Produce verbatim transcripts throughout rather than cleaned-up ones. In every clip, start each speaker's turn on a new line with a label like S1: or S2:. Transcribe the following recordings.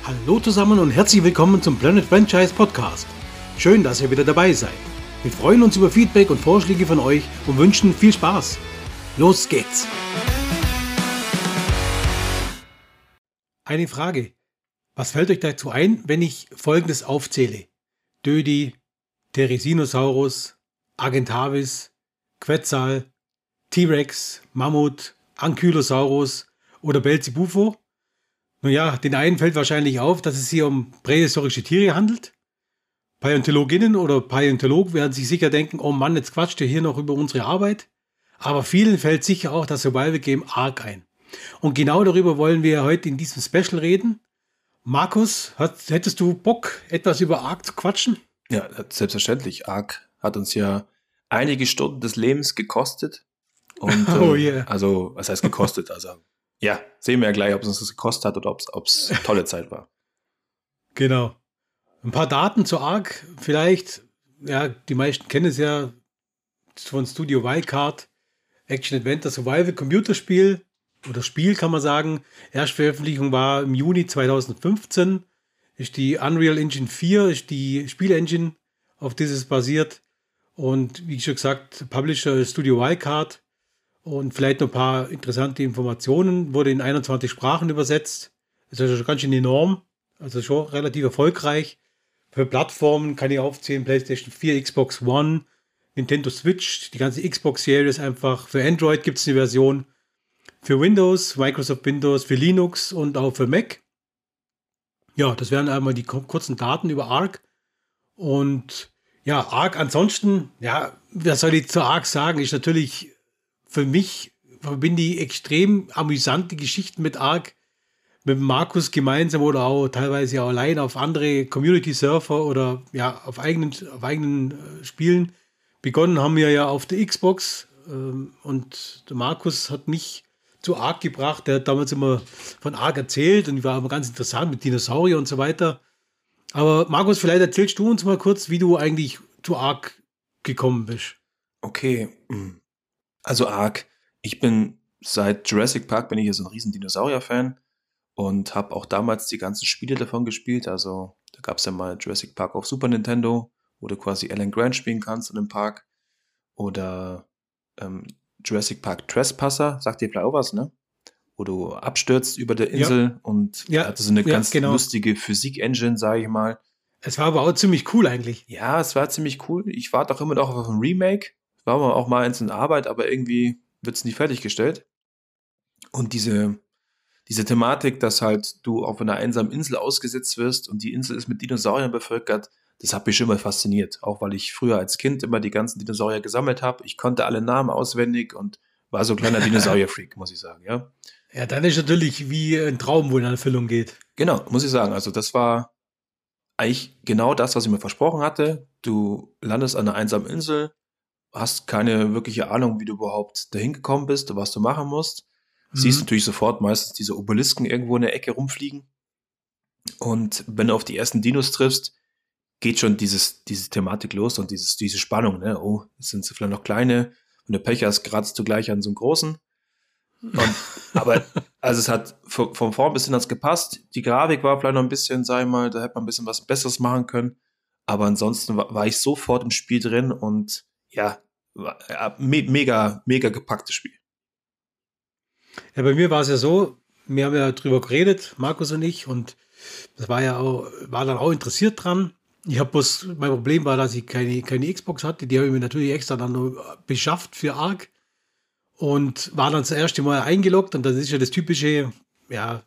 S1: Hallo zusammen und herzlich willkommen zum Planet Franchise Podcast. Schön, dass ihr wieder dabei seid. Wir freuen uns über Feedback und Vorschläge von euch und wünschen viel Spaß. Los geht's! Eine Frage. Was fällt euch dazu ein, wenn ich Folgendes aufzähle? Dödi, Therizinosaurus, Argentavis, Quetzal, T-Rex, Mammut, Ankylosaurus oder Belzebufo? Nun ja, den einen fällt wahrscheinlich auf, dass es hier um prähistorische Tiere handelt. Paläontologinnen oder Paläontologen werden sich sicher denken, oh Mann, jetzt quatscht ihr hier noch über unsere Arbeit. Aber vielen fällt sicher auch das Survival Game Ark ein. Und genau darüber wollen wir heute in diesem Special reden. Markus, hat, hättest du Bock, etwas über Ark zu quatschen?
S2: Ja, selbstverständlich. Ark hat uns ja einige Stunden des Lebens gekostet. Und,
S1: oh
S2: äh,
S1: yeah.
S2: Also, was heißt gekostet? Also, ja, sehen wir ja gleich, ob es uns das gekostet hat oder ob es tolle Zeit war.
S1: Genau. Ein paar Daten zu Ark vielleicht. Ja, die meisten kennen es ja von Studio Wildcard. Action-Adventure Survival Computerspiel oder Spiel kann man sagen. Erstveröffentlichung war im Juni zweitausendfünfzehn. Ist die Unreal Engine vier, ist die Spielengine, auf die es basiert. Und wie schon gesagt, Publisher ist Studio Wildcard. Und vielleicht noch ein paar interessante Informationen. Wurde in einundzwanzig Sprachen übersetzt. Das ist also ganz schön enorm. Also schon relativ erfolgreich. Für Plattformen kann ich aufzählen: PlayStation vier, Xbox One, Nintendo Switch, die ganze Xbox-Series einfach. Für Android gibt es eine Version. Für Windows, Microsoft Windows, für Linux und auch für Mac. Ja, das wären einmal die kurzen Daten über Ark. Und ja, Ark ansonsten, ja, was soll ich zu Ark sagen, ist natürlich für mich, verbinde ich extrem amüsante Geschichten mit Ark, mit Markus gemeinsam oder auch teilweise auch allein auf andere Community-Surfer oder ja, auf eigenen, auf eigenen äh, Spielen. Begonnen haben wir ja auf der Xbox ähm, und der Markus hat mich zu Ark gebracht. Der hat damals immer von Ark erzählt und die war immer ganz interessant mit Dinosaurier und so weiter. Aber Markus, vielleicht erzählst du uns mal kurz, wie du eigentlich zu Ark gekommen bist.
S2: Okay, also Ark. Ich bin seit Jurassic Park bin ich ja so ein riesen Dinosaurier-Fan und habe auch damals die ganzen Spiele davon gespielt. Also da gab es ja mal Jurassic Park auf Super Nintendo, wo du quasi Alan Grant spielen kannst in dem Park. Oder ähm, Jurassic Park Trespasser, sagt dir vielleicht auch was, ne? Wo du abstürzt über der Insel ja. und
S1: ja.
S2: hatte so eine
S1: ja,
S2: ganz
S1: genau.
S2: lustige Physik-Engine, sage ich mal.
S1: Es war aber auch ziemlich cool eigentlich.
S2: Ja, es war ziemlich cool. Ich warte auch immer noch auf ein Remake. War aber auch mal eins in Arbeit, aber irgendwie wird es nie fertiggestellt. Und diese, diese Thematik, dass halt du auf einer einsamen Insel ausgesetzt wirst und die Insel ist mit Dinosauriern bevölkert, das hat mich schon mal fasziniert. Auch weil ich früher als Kind immer die ganzen Dinosaurier gesammelt habe. Ich konnte alle Namen auswendig und war so ein kleiner Dinosaurier-Freak, muss ich sagen, ja.
S1: Ja, dann ist natürlich wie ein Traum, wo in Erfüllung geht.
S2: Genau, muss ich sagen. Also das war eigentlich genau das, was ich mir versprochen hatte. Du landest an einer einsamen Insel, hast keine wirkliche Ahnung, wie du überhaupt dahin gekommen bist, was du machen musst. Mhm. Siehst natürlich sofort meistens diese Obelisken irgendwo in der Ecke rumfliegen. Und wenn du auf die ersten Dinos triffst, geht schon dieses, diese Thematik los und dieses, diese Spannung, ne? Oh, jetzt sind sie vielleicht noch kleine. Wenn du Pech hast, kratzt du gleich an so einem großen. Und, aber, also es hat von, von vorn bis hin hat's gepasst. Die Grafik war vielleicht noch ein bisschen, sag ich mal, da hätte man ein bisschen was Besseres machen können. Aber ansonsten war, war ich sofort im Spiel drin und ja, war, ja me, mega, mega gepacktes Spiel.
S1: Ja, bei mir war es ja so, wir haben ja drüber geredet, Markus und ich, und das war ja auch, war dann auch interessiert dran. Ich habe bloß, mein Problem war, dass ich keine, keine Xbox hatte, die habe ich mir natürlich extra dann noch beschafft für Ark. Und war dann das erste Mal eingeloggt und das ist ja das typische, ja,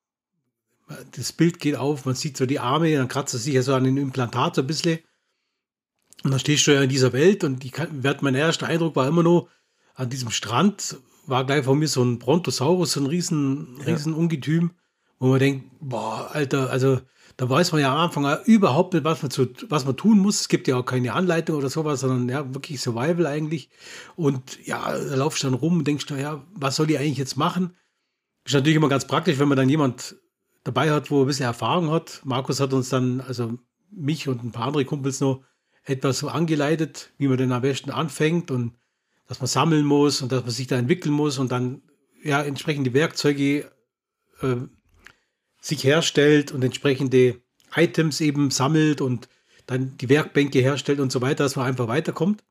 S1: das Bild geht auf, man sieht so die Arme, dann kratzt es sich ja so an den Implantat so ein bisschen. Und dann stehst du ja in dieser Welt und ich kann, mein erster Eindruck war immer nur, an diesem Strand war gleich vor mir so ein Brontosaurus, so ein riesen, riesen Ungetüm, wo man denkt, boah, Alter, also da weiß man ja am Anfang überhaupt nicht, was man, zu, was man tun muss. Es gibt ja auch keine Anleitung oder sowas, sondern ja, wirklich Survival eigentlich. Und ja, da laufst du dann rum und denkst du, ja, was soll ich eigentlich jetzt machen? Ist natürlich immer ganz praktisch, wenn man dann jemand dabei hat, wo ein bisschen Erfahrung hat. Markus hat uns dann, also mich und ein paar andere Kumpels noch, etwas so angeleitet, wie man denn am besten anfängt und dass man sammeln muss und dass man sich da entwickeln muss und dann ja entsprechende Werkzeuge äh, sich herstellt und entsprechende Items eben sammelt und dann die Werkbänke herstellt und so weiter, dass man einfach weiterkommt.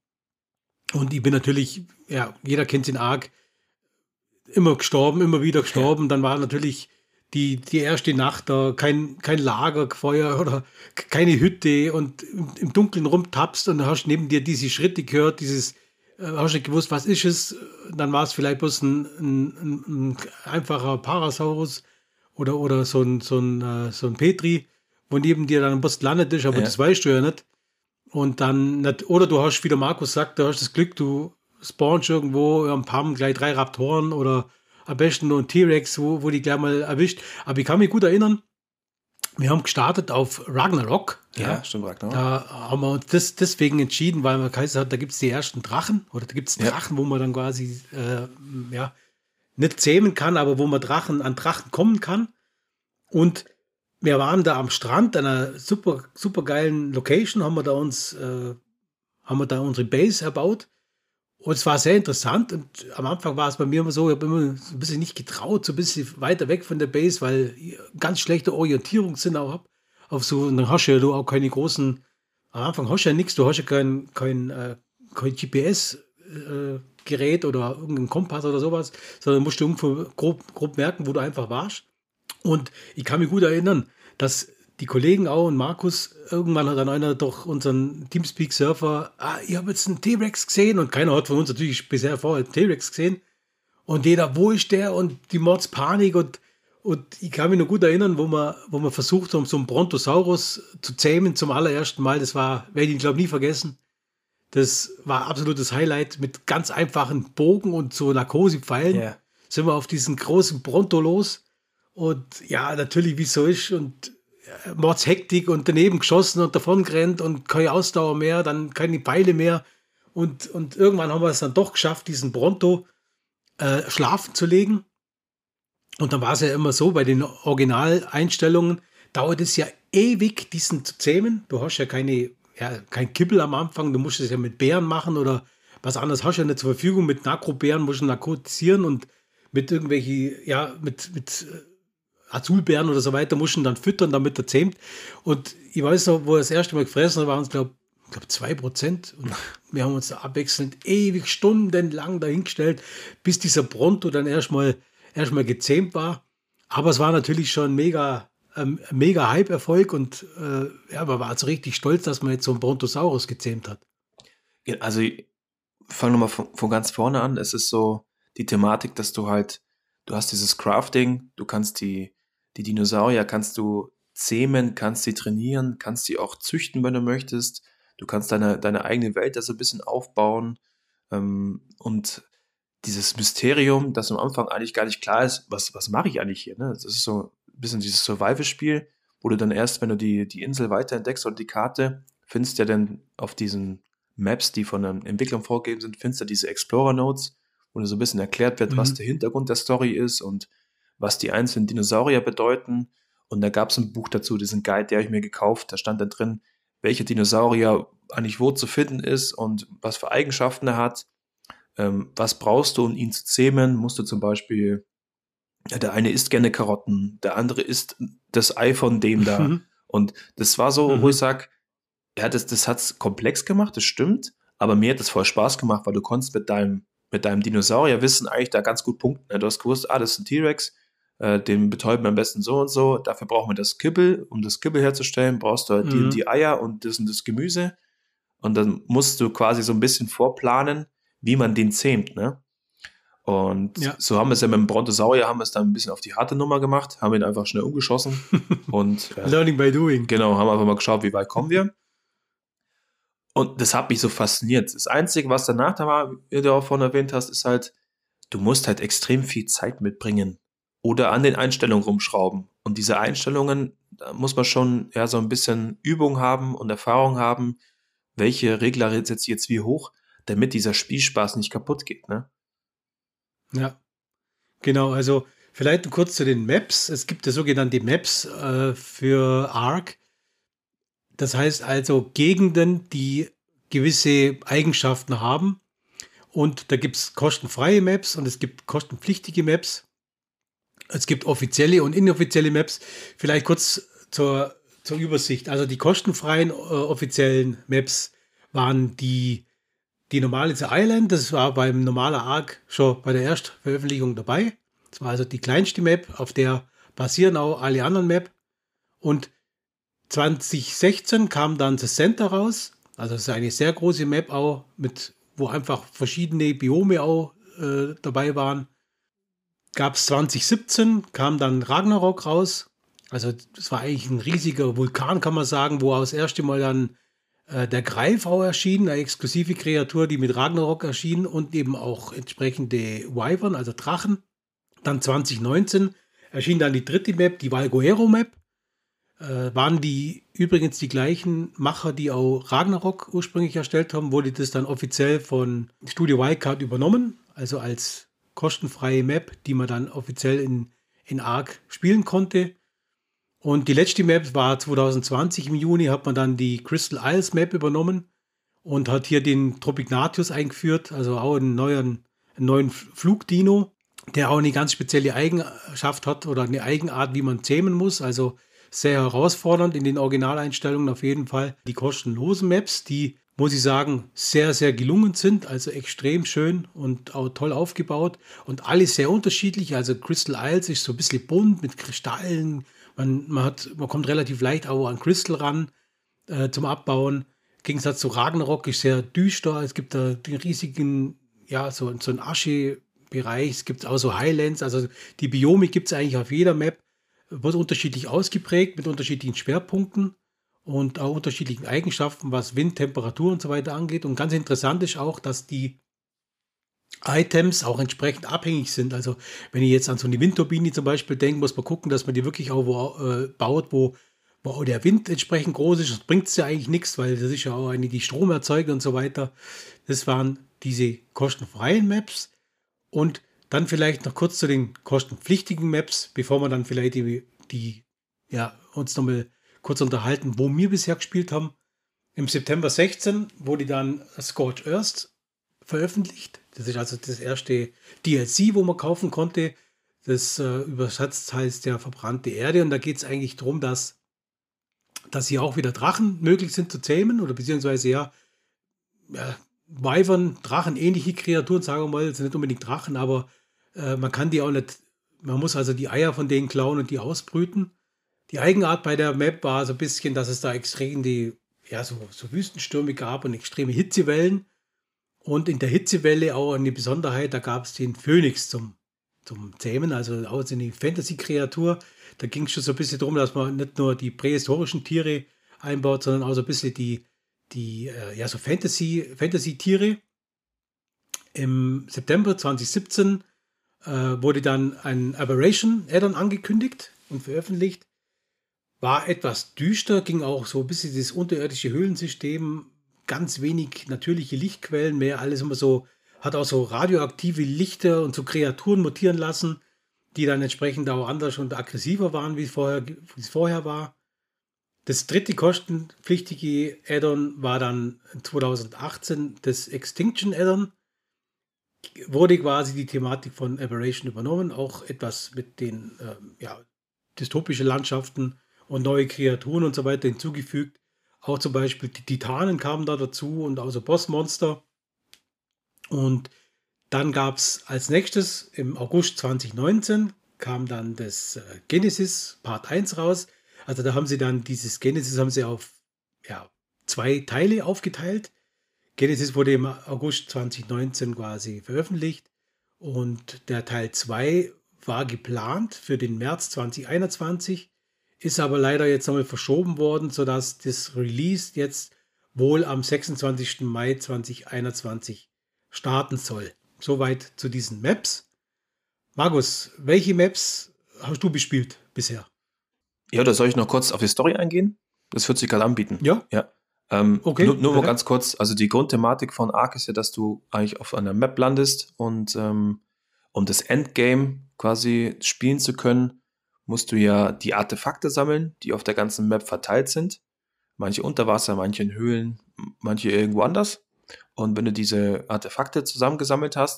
S1: Und ich bin natürlich, ja, jeder kennt den Ark, immer gestorben, immer wieder gestorben. Ja. Dann war natürlich die, die erste Nacht da, kein, kein Lagerfeuer oder keine Hütte und im, im Dunkeln rumtappst und hast neben dir diese Schritte gehört, dieses, äh, hast nicht gewusst, was ist es? Dann war es vielleicht bloß ein, ein, ein, ein einfacher Parasaurus oder, oder so ein, so ein, äh, so ein Petri, wo neben dir dann ein Post landet ist, aber ja. das weißt du ja nicht. Und dann, nicht, oder du hast, wie der Markus sagt, du hast das Glück, du spawnst irgendwo am Pam gleich drei Raptoren oder am besten nur ein T-Rex, wo, wo die gleich mal erwischt. Aber ich kann mich gut erinnern, wir haben gestartet auf Ragnarok.
S2: Ja, ja stimmt, Ragnarok.
S1: Da haben wir uns das deswegen entschieden, weil man gesagt hat, da gibt es die ersten Drachen oder da gibt es Drachen, ja. wo man dann quasi äh, ja, nicht zähmen kann, aber wo man Drachen an Drachen kommen kann. Und wir waren da am Strand, an einer super, super geilen Location, haben wir da uns, äh, haben wir da unsere Base erbaut. Und es war sehr interessant. Und am Anfang war es bei mir immer so, ich habe immer so ein bisschen nicht getraut, so ein bisschen weiter weg von der Base, weil ich ganz schlechte Orientierungssinn auch habe. Auf so, und dann hast du ja du auch keine großen, am Anfang hast du ja nichts, du hast ja kein, kein, äh, kein G P S-Gerät äh, oder irgendeinen Kompass oder sowas, sondern musst du irgendwo grob, grob merken, wo du einfach warst. Und ich kann mich gut erinnern, dass die Kollegen auch und Markus, irgendwann hat dann einer durch unseren Teamspeak-Surfer, ah, ich habe jetzt einen T-Rex gesehen und keiner hat von uns natürlich bisher vorher einen T-Rex gesehen. Und jeder, wo ist der? Und die Mordspanik und, und ich kann mich noch gut erinnern, wo wir, wo wir versucht haben, so einen Brontosaurus zu zähmen zum allerersten Mal. Das war, werde ich glaube nie vergessen. Das war absolutes Highlight mit ganz einfachen Bogen und so Narkosepfeilen. Yeah. Sind wir auf diesen großen Bronto los. Und ja, natürlich, wie es so ist. Und Mordshektik und daneben geschossen und davon gerannt und keine Ausdauer mehr, dann keine Pfeile mehr. Und, und irgendwann haben wir es dann doch geschafft, diesen Bronto äh, schlafen zu legen. Und dann war es ja immer so, bei den Originaleinstellungen dauert es ja ewig, diesen zu zähmen. Du hast ja keine, ja, kein Kibbel am Anfang, du musst es ja mit Bären machen oder was anderes hast du ja nicht zur Verfügung. Mit Nakrobären musst du narkotisieren und mit irgendwelchen, ja, mit, mit Azulbären oder so weiter, mussten dann füttern, damit er zähmt. Und ich weiß noch, wo er das erste Mal gefressen hat, waren es, glaube ich, glaub zwei Prozent. Und wir haben uns da abwechselnd ewig stundenlang dahingestellt, bis dieser Bronto dann erstmal erstmal gezähmt war. Aber es war natürlich schon ein mega, ähm, mega Hype-Erfolg und äh, ja, man war also richtig stolz, dass man jetzt so einen Brontosaurus gezähmt hat.
S2: Also, fang nochmal von, von ganz vorne an. Es ist so die Thematik, dass du halt, du hast dieses Crafting, du kannst die Die Dinosaurier kannst du zähmen, kannst sie trainieren, kannst sie auch züchten, wenn du möchtest. Du kannst deine, deine eigene Welt da so ein bisschen aufbauen. Ähm, und dieses Mysterium, das am Anfang eigentlich gar nicht klar ist, was, was mache ich eigentlich hier? Ne? Das ist so ein bisschen dieses Survival-Spiel, wo du dann erst, wenn du die, die Insel weiterentdeckst oder die Karte, findest ja dann auf diesen Maps, die von der Entwicklung vorgegeben sind, findest du diese Explorer-Notes, wo so ein bisschen erklärt wird, mhm. was der Hintergrund der Story ist und was die einzelnen Dinosaurier bedeuten. Und da gab es ein Buch dazu, diesen Guide, der habe ich mir gekauft. Da stand dann drin, welcher Dinosaurier eigentlich wo zu finden ist und was für Eigenschaften er hat. Ähm, was brauchst du, um ihn zu zähmen? Musst du zum Beispiel, ja, der eine isst gerne Karotten, der andere isst das Ei von dem da. Mhm. Und das war so, mhm. wo ich sage, ja, das, das hat es komplex gemacht, das stimmt, aber mir hat das voll Spaß gemacht, weil du konntest mit deinem, mit deinem Dinosaurierwissen eigentlich da ganz gut punkten. Du hast gewusst, ah, das ist ein T-Rex, äh, den betäuben wir am besten so und so, dafür brauchen wir das Kibbel, um das Kibbel herzustellen, brauchst du halt mhm. die und die Eier und das und das Gemüse. Und dann musst du quasi so ein bisschen vorplanen, wie man den zähmt, ne? Und ja. so haben wir es ja mit dem Brontosaurier, haben wir es dann ein bisschen auf die harte Nummer gemacht, haben ihn einfach schnell umgeschossen. und äh,
S1: Learning by doing.
S2: Genau, haben einfach mal geschaut, wie weit kommen wir. Und das hat mich so fasziniert. Das Einzige, was danach da war, wie du auch vorhin erwähnt hast, ist halt, du musst halt extrem viel Zeit mitbringen oder an den Einstellungen rumschrauben. Und diese Einstellungen, da muss man schon ja so ein bisschen Übung haben und Erfahrung haben, welche Regler setze ich jetzt wie hoch, damit dieser Spielspaß nicht kaputt geht, ne?
S1: Ja, genau. Also vielleicht kurz zu den Maps. Es gibt ja sogenannte Maps äh, für Ark. Das heißt also Gegenden, die gewisse Eigenschaften haben. Und da gibt es kostenfreie Maps und es gibt kostenpflichtige Maps. Es gibt offizielle und inoffizielle Maps. Vielleicht kurz zur, zur Übersicht. Also die kostenfreien äh, offiziellen Maps waren die, die normale The Island. Das war beim normaler Arc schon bei der Erstveröffentlichung dabei. Das war also die kleinste Map, auf der basieren auch alle anderen Map. Und zwanzig sechzehn kam dann The Center raus. Also das ist eine sehr große Map auch, mit, wo einfach verschiedene Biome auch äh, dabei waren. Gab es zwanzig siebzehn, kam dann Ragnarok raus. Also das war eigentlich ein riesiger Vulkan, kann man sagen, wo auch das erste Mal dann äh, der Greif auch erschien, eine exklusive Kreatur, die mit Ragnarok erschien und eben auch entsprechende Wyvern, also Drachen. Dann zwanzig neunzehn erschien dann die dritte Map, die Valguero-Map. Äh, waren die übrigens die gleichen Macher, die auch Ragnarok ursprünglich erstellt haben, wurde das dann offiziell von Studio Wildcard übernommen, also als kostenfreie Map, die man dann offiziell in, in Arc spielen konnte. Und die letzte Map war zwanzig zwanzig im Juni, hat man dann die Crystal Isles Map übernommen und hat hier den Tropignatius eingeführt, also auch einen neuen, einen neuen Flugdino, der auch eine ganz spezielle Eigenschaft hat oder eine Eigenart, wie man zähmen muss, also sehr herausfordernd in den Originaleinstellungen auf jeden Fall. Die kostenlosen Maps, die, muss ich sagen, sehr, sehr gelungen sind, also extrem schön und auch toll aufgebaut und alles sehr unterschiedlich. Also Crystal Isles ist so ein bisschen bunt mit Kristallen. Man, man, hat, man kommt relativ leicht auch an Crystal ran äh, zum Abbauen. Im Gegensatz zu Ragnarok ist sehr düster. Es gibt da den riesigen, ja, so, so einen Aschebereich. Es gibt auch so Highlands. Also die Biome gibt es eigentlich auf jeder Map. Wird unterschiedlich ausgeprägt mit unterschiedlichen Schwerpunkten und auch unterschiedlichen Eigenschaften, was Wind, Temperatur und so weiter angeht. Und ganz interessant ist auch, dass die Items auch entsprechend abhängig sind. Also wenn ich jetzt an so eine Windturbine zum Beispiel denke, muss man gucken, dass man die wirklich auch wo, äh, baut, wo, wo auch der Wind entsprechend groß ist. Das bringt es ja eigentlich nichts, weil das ist ja auch eine, die Strom erzeugt und so weiter. Das waren diese kostenfreien Maps. Und dann vielleicht noch kurz zu den kostenpflichtigen Maps, bevor wir dann vielleicht die, die ja, uns nochmal kurz unterhalten, wo wir bisher gespielt haben. Im September sechzehn wurde dann Scorched Earth veröffentlicht. Das ist also das erste D L C, wo man kaufen konnte. Das äh, übersetzt heißt ja verbrannte Erde. Und da geht es eigentlich darum, dass, dass hier auch wieder Drachen möglich sind zu zähmen oder beziehungsweise ja, ja Wyvern, Drachen, ähnliche Kreaturen, sagen wir mal, sind nicht unbedingt Drachen, aber äh, man kann die auch nicht, man muss also die Eier von denen klauen und die ausbrüten. Die Eigenart bei der Map war so ein bisschen, dass es da extrem die, ja, so, so Wüstenstürme gab und extreme Hitzewellen. Und in der Hitzewelle auch eine Besonderheit, da gab es den Phönix zum, zum Zähmen, also auch so eine Fantasy-Kreatur. Da ging es schon so ein bisschen darum, dass man nicht nur die prähistorischen Tiere einbaut, sondern auch so ein bisschen die die äh, ja so Fantasy Fantasy-Tiere. Im September zwanzig siebzehn äh, wurde dann ein Aberration Add-on angekündigt und veröffentlicht. War etwas düster, ging auch so ein bisschen das unterirdische Höhlensystem, ganz wenig natürliche Lichtquellen mehr, alles immer so, hat auch so radioaktive Lichter und so Kreaturen mutieren lassen, die dann entsprechend auch anders und aggressiver waren, wie es vorher, wie es vorher war. Das dritte kostenpflichtige Add-on war dann zwanzig achtzehn das Extinction Add-on. Wurde quasi die Thematik von Aberration übernommen, auch etwas mit den ähm, ja, dystopischen Landschaften und neue Kreaturen und so weiter hinzugefügt. Auch zum Beispiel die Titanen kamen da dazu und auch so Bossmonster. Und dann gab es als nächstes im August zwanzig neunzehn kam dann das äh, Genesis Part eins raus. Also da haben sie dann dieses Genesis haben sie auf ja, zwei Teile aufgeteilt. Genesis wurde im August zwanzig neunzehn quasi veröffentlicht und der Teil zwei war geplant für den März zwanzig einundzwanzig, ist aber leider jetzt nochmal verschoben worden, sodass das Release jetzt wohl am sechsundzwanzigsten Mai zwanzig einundzwanzig starten soll. Soweit zu diesen Maps. Markus, welche Maps hast du bespielt bisher?
S2: Ja, da soll ich noch kurz auf die Story eingehen? Das wird sich gerade anbieten.
S1: Ja.
S2: Ja. Ähm,
S1: okay.
S2: Nur, nur mal ganz kurz, also die Grundthematik von Ark ist ja, dass du eigentlich auf einer Map landest und ähm, um das Endgame quasi spielen zu können, musst du ja die Artefakte sammeln, die auf der ganzen Map verteilt sind. Manche unter Wasser, manche in Höhlen, manche irgendwo anders. Und wenn du diese Artefakte zusammengesammelt hast,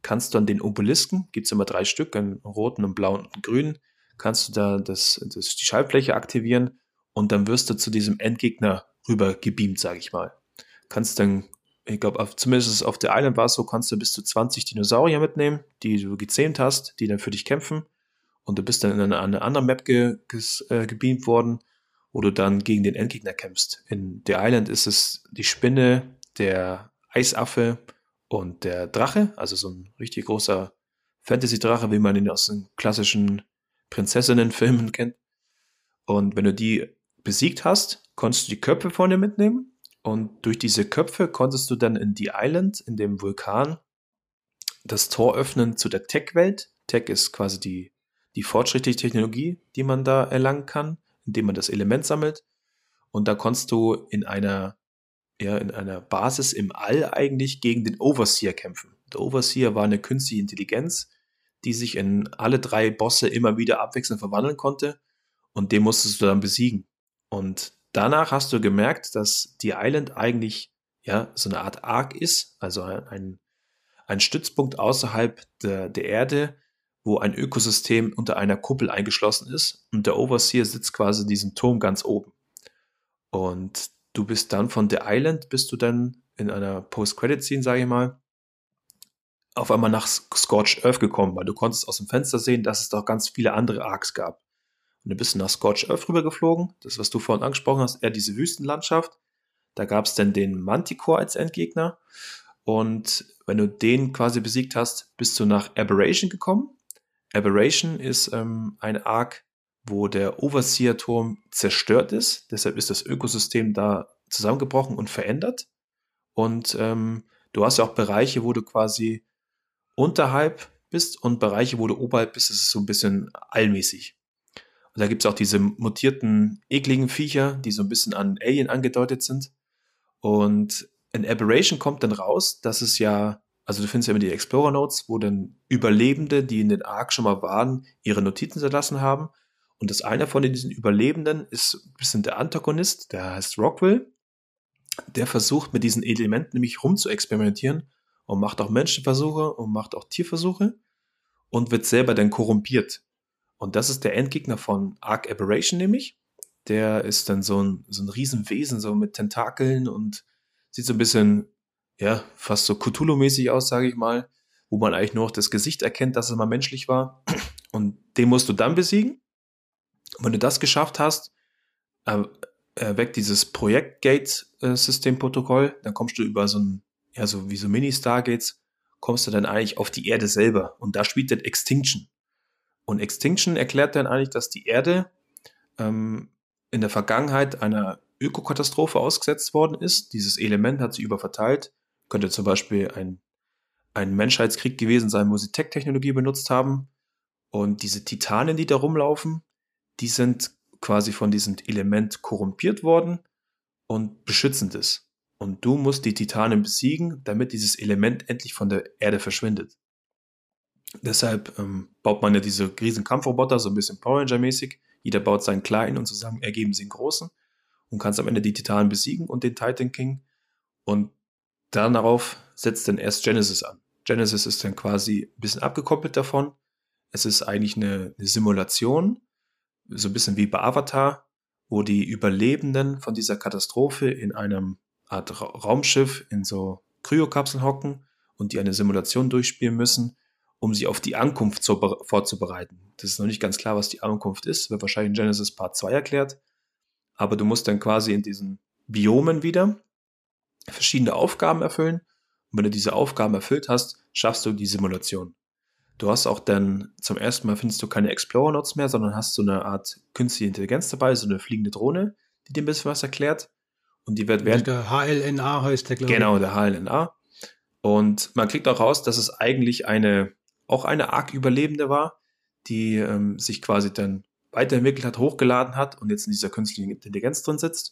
S2: kannst du an den Obelisken, gibt es immer drei Stück, einen roten, einen blauen und einen grünen, kannst du da das, das, die Schaltfläche aktivieren und dann wirst du zu diesem Endgegner rüber gebeamt, sage ich mal. Kannst dann, ich glaube, zumindest auf der Island war es so, kannst du bis zu zwanzig Dinosaurier mitnehmen, die du gezähmt hast, die dann für dich kämpfen. Und du bist dann in eine, eine andere Map ge, ges, äh, gebeamt worden, wo du dann gegen den Endgegner kämpfst. In der Island ist es die Spinne, der Eisaffe und der Drache, also so ein richtig großer Fantasy-Drache, wie man ihn aus den klassischen Prinzessinnen-Filmen kennt. Und wenn du die besiegt hast, konntest du die Köpfe von dir mitnehmen. Und durch diese Köpfe konntest du dann in die Island, in dem Vulkan, das Tor öffnen zu der Tech-Welt. Tech ist quasi die, die fortschrittliche Technologie, die man da erlangen kann, indem man das Element sammelt. Und da konntest du in einer, ja, in einer Basis im All eigentlich gegen den Overseer kämpfen. Der Overseer war eine künstliche Intelligenz, die sich in alle drei Bosse immer wieder abwechselnd verwandeln konnte. Und den musstest du dann besiegen. Und danach hast du gemerkt, dass die Island eigentlich ja so eine Art Ark ist, also ein, ein Stützpunkt außerhalb der, der Erde, wo ein Ökosystem unter einer Kuppel eingeschlossen ist. Und der Overseer sitzt quasi in diesem Turm ganz oben. Und du bist dann von der Island, bist du dann in einer Post-Credit-Scene, sage ich mal, auf einmal nach Scorched Earth gekommen, weil du konntest aus dem Fenster sehen, dass es doch ganz viele andere Arcs gab. Und du bist nach Scorched Earth rübergeflogen, das, was du vorhin angesprochen hast, eher diese Wüstenlandschaft. Da gab es dann den Manticore als Endgegner. Und wenn du den quasi besiegt hast, bist du nach Aberration gekommen. Aberration ist ähm, ein Arc, wo der Overseer-Turm zerstört ist. Deshalb ist das Ökosystem da zusammengebrochen und verändert. Und ähm, du hast ja auch Bereiche, wo du quasi unterhalb bist und Bereiche, wo du oberhalb bist. Das ist so ein bisschen allmäßig. Und da gibt es auch diese mutierten, ekligen Viecher, die so ein bisschen an Alien angedeutet sind. Und in Aberration kommt dann raus, dass es ja, also du findest ja immer die Explorer Notes, wo dann Überlebende, die in den Ark schon mal waren, ihre Notizen hinterlassen haben. Und das einer von diesen Überlebenden ist ein bisschen der Antagonist, der heißt Rockwell. Der versucht mit diesen Elementen nämlich rum zu experimentieren und macht auch Menschenversuche und macht auch Tierversuche und wird selber dann korrumpiert. Und das ist der Endgegner von Ark Aberration nämlich. Der ist dann so ein, so ein Riesenwesen, so mit Tentakeln und sieht so ein bisschen, ja, fast so Cthulhu-mäßig aus, sage ich mal, wo man eigentlich nur noch das Gesicht erkennt, dass es mal menschlich war. Und den musst du dann besiegen. Und wenn du das geschafft hast, äh, erweckt dieses Projekt-Gate-System-Protokoll, dann kommst du über so ein, ja, so wie so Mini-Stargates, kommst du dann eigentlich auf die Erde selber. Und da spielt dann Extinction. Und Extinction erklärt dann eigentlich, dass die Erde ähm, in der Vergangenheit einer Ökokatastrophe ausgesetzt worden ist. Dieses Element hat sich überverteilt. Könnte zum Beispiel ein, ein Menschheitskrieg gewesen sein, wo sie Tech-Technologie benutzt haben. Und diese Titanen, die da rumlaufen, die sind quasi von diesem Element korrumpiert worden und beschützend ist. Und du musst die Titanen besiegen, damit dieses Element endlich von der Erde verschwindet. Deshalb ähm, baut man ja diese riesen Kampfroboter, so ein bisschen Power Ranger-mäßig. Jeder baut seinen kleinen und zusammen ergeben sie einen großen und kannst am Ende die Titanen besiegen und den Titan King. Und darauf setzt dann erst Genesis an. Genesis ist dann quasi ein bisschen abgekoppelt davon. Es ist eigentlich eine, eine Simulation, so ein bisschen wie bei Avatar, wo die Überlebenden von dieser Katastrophe in einem Art Ra- Raumschiff in so Kryokapseln hocken und die eine Simulation durchspielen müssen, um sie auf die Ankunft zu, vorzubereiten. Das ist noch nicht ganz klar, was die Ankunft ist, wird wahrscheinlich in Genesis Part zwei erklärt, aber du musst dann quasi in diesen Biomen wieder verschiedene Aufgaben erfüllen und wenn du diese Aufgaben erfüllt hast, schaffst du die Simulation. Du hast auch dann, zum ersten Mal findest du keine Explorer-Notes mehr, sondern hast so eine Art künstliche Intelligenz dabei, so eine fliegende Drohne, die dir ein bisschen was erklärt. Und die wird während...
S1: Der H L N A heißt der, glaube ich.
S2: Genau, der H L N A. Und man kriegt auch raus, dass es eigentlich eine, auch eine Ark-Überlebende war, die ähm, sich quasi dann weiterentwickelt hat, hochgeladen hat und jetzt in dieser künstlichen Intelligenz drin sitzt.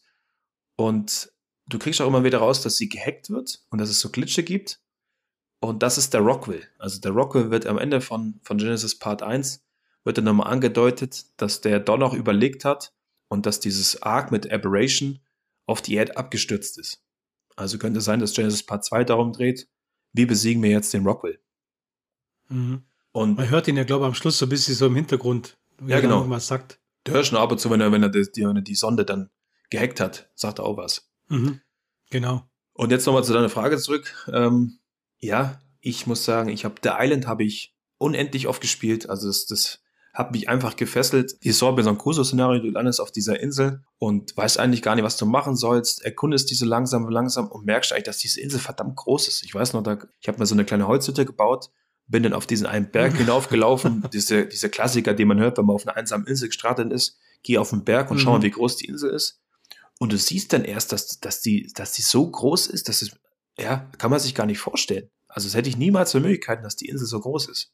S2: Und du kriegst auch immer wieder raus, dass sie gehackt wird und dass es so Glitche gibt. Und das ist der Rockwell. Also der Rockwell wird am Ende von, von Genesis Part eins, wird dann nochmal angedeutet, dass der doch noch überlegt hat und dass dieses Ark mit Aberration auf die Erde abgestürzt ist. Also könnte sein, dass Genesis Part zwei darum dreht, wie besiegen wir jetzt den Rockwell?
S1: Mhm.
S2: Und
S1: Man hört ihn ja, glaube ich, am Schluss so ein bisschen so im Hintergrund, wie
S2: Ja,
S1: er dann
S2: genau.
S1: irgendwas sagt.
S2: du hörst schon ab und zu, wenn er, wenn er die, die, wenn er die Sonde dann gehackt hat, sagt er auch was.
S1: Mhm. Genau.
S2: Und jetzt nochmal zu deiner Frage zurück. Ähm, ja, ich muss sagen, ich habe The Island habe ich unendlich oft gespielt. Also das, das hat mich einfach gefesselt. Die Robinson Crusoe-Szenario, du landest auf dieser Insel und weißt eigentlich gar nicht, was du machen sollst, erkundest diese langsam, langsam und merkst eigentlich, dass diese Insel verdammt groß ist. Ich weiß noch, da, ich habe mir so eine kleine Holzhütte gebaut, bin dann auf diesen einen Berg hinaufgelaufen, diese, diese Klassiker, die man hört, wenn man auf einer einsamen Insel gestartet ist, geh auf den Berg und schau mal,
S1: Mhm.
S2: wie groß die Insel ist. Und du siehst dann erst, dass, dass, die, dass die so groß ist, dass es, ja, kann man sich gar nicht vorstellen. Also das hätte ich niemals für Möglichkeiten, dass die Insel so groß ist.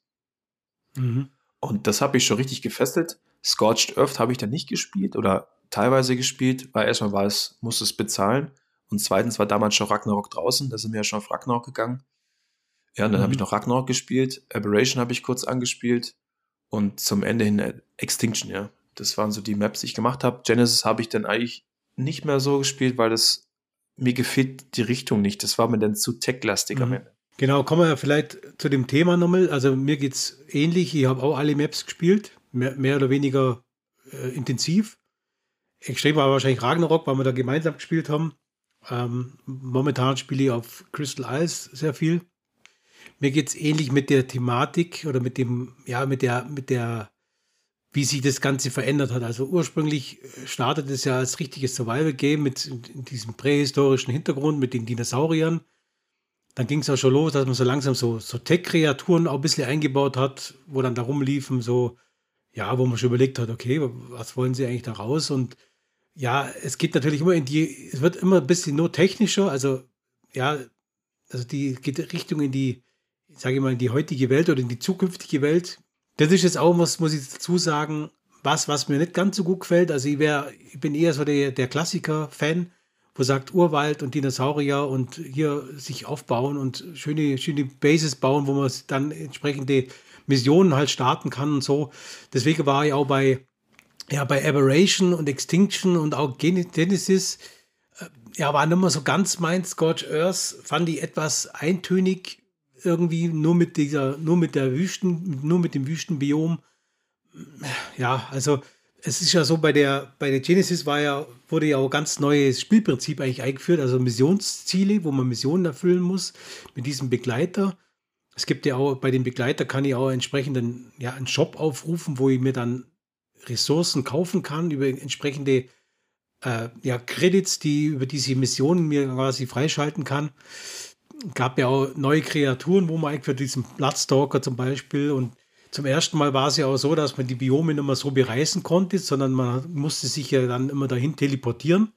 S1: Mhm.
S2: Und das habe ich schon richtig gefesselt. Scorched Earth habe ich dann nicht gespielt oder teilweise gespielt, weil erstmal war es, musste es bezahlen. Und zweitens war damals schon Ragnarok draußen, da sind wir ja schon auf Ragnarok gegangen. Ja, und dann
S1: Mhm.
S2: habe ich noch Ragnarok gespielt, Aberration habe ich kurz angespielt und zum Ende hin Extinction, ja. Das waren so die Maps, die ich gemacht habe. Genesis habe ich dann eigentlich nicht mehr so gespielt, weil das mir gefällt die Richtung nicht. Das war mir dann zu tech-lastig am
S1: Mhm.
S2: Ende.
S1: Genau, kommen wir ja vielleicht zu dem Thema nochmal. Also mir geht es ähnlich. Ich habe auch alle Maps gespielt, mehr, mehr oder weniger äh, intensiv. Extrem war wahrscheinlich Ragnarok, weil wir da gemeinsam gespielt haben. Ähm, momentan spiele ich auf Crystal Isles sehr viel. Mir geht es ähnlich mit der Thematik oder mit dem, ja, mit der, mit der, wie sich das Ganze verändert hat. Also ursprünglich startet es ja als richtiges Survival-Game mit diesem prähistorischen Hintergrund, mit den Dinosauriern. Dann ging es auch schon los, dass man so langsam so, so Tech-Kreaturen auch ein bisschen eingebaut hat, wo dann da rumliefen, so, ja, wo man schon überlegt hat, okay, was wollen sie eigentlich da raus? Und ja, es geht natürlich immer in die, es wird immer ein bisschen nur technischer, also ja, also die geht Richtung in die, sage ich mal, in die heutige Welt oder in die zukünftige Welt. Das ist jetzt auch was, muss ich dazu sagen, was, was mir nicht ganz so gut gefällt. Also ich wäre, ich bin eher so der, der Klassiker-Fan, wo sagt Urwald und Dinosaurier und hier sich aufbauen und schöne, schöne Bases bauen, wo man dann entsprechende Missionen halt starten kann und so. Deswegen war ich auch bei, ja, bei Aberration und Extinction und auch Genesis, äh, ja, war nicht mehr so ganz mein. Scorched Earth fand ich etwas eintönig irgendwie, nur mit dieser, nur mit der Wüsten, nur mit dem Wüstenbiom. Ja, also es ist ja so, bei der, bei der Genesis war ja, wurde ja auch ganz neues Spielprinzip eigentlich eingeführt, also Missionsziele, wo man Missionen erfüllen muss mit diesem Begleiter. Es gibt ja auch, bei dem Begleiter kann ich auch entsprechend einen, ja, einen Shop aufrufen, wo ich mir dann Ressourcen kaufen kann über entsprechende äh, ja, Credits, die über diese Missionen mir quasi freischalten kann. Gab ja auch neue Kreaturen, wo man eigentlich für diesen Bloodstalker zum Beispiel, und zum ersten Mal war es ja auch so, dass man die Biome nicht mehr so bereisen konnte, sondern man musste sich ja dann immer dahin teleportieren.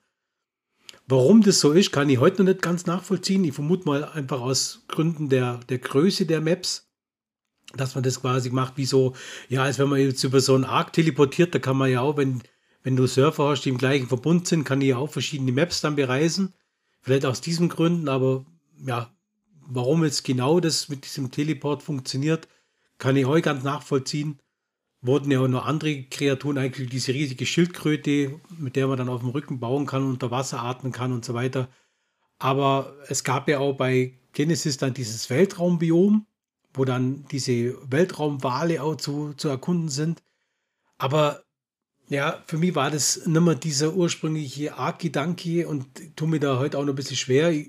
S1: Warum das so ist, kann ich heute noch nicht ganz nachvollziehen. Ich vermute mal einfach aus Gründen der, der Größe der Maps, dass man das quasi macht, wie so, ja, als wenn man jetzt über so einen Arc teleportiert, da kann man ja auch, wenn, wenn du Surfer hast, die im gleichen Verbund sind, kann ich ja auch verschiedene Maps dann bereisen. Vielleicht aus diesen Gründen, aber ja, warum jetzt genau das mit diesem Teleport funktioniert, kann ich heute ganz nachvollziehen. Wurden ja auch noch andere Kreaturen, eigentlich diese riesige Schildkröte, mit der man dann auf dem Rücken bauen kann, unter Wasser atmen kann und so weiter. Aber es gab ja auch bei Genesis dann dieses Weltraumbiom, wo dann diese Weltraumwale auch zu, zu erkunden sind. Aber ja, für mich war das nicht mehr dieser ursprüngliche Arc-Gedanke und tue mir da heute auch noch ein bisschen schwer. Ich,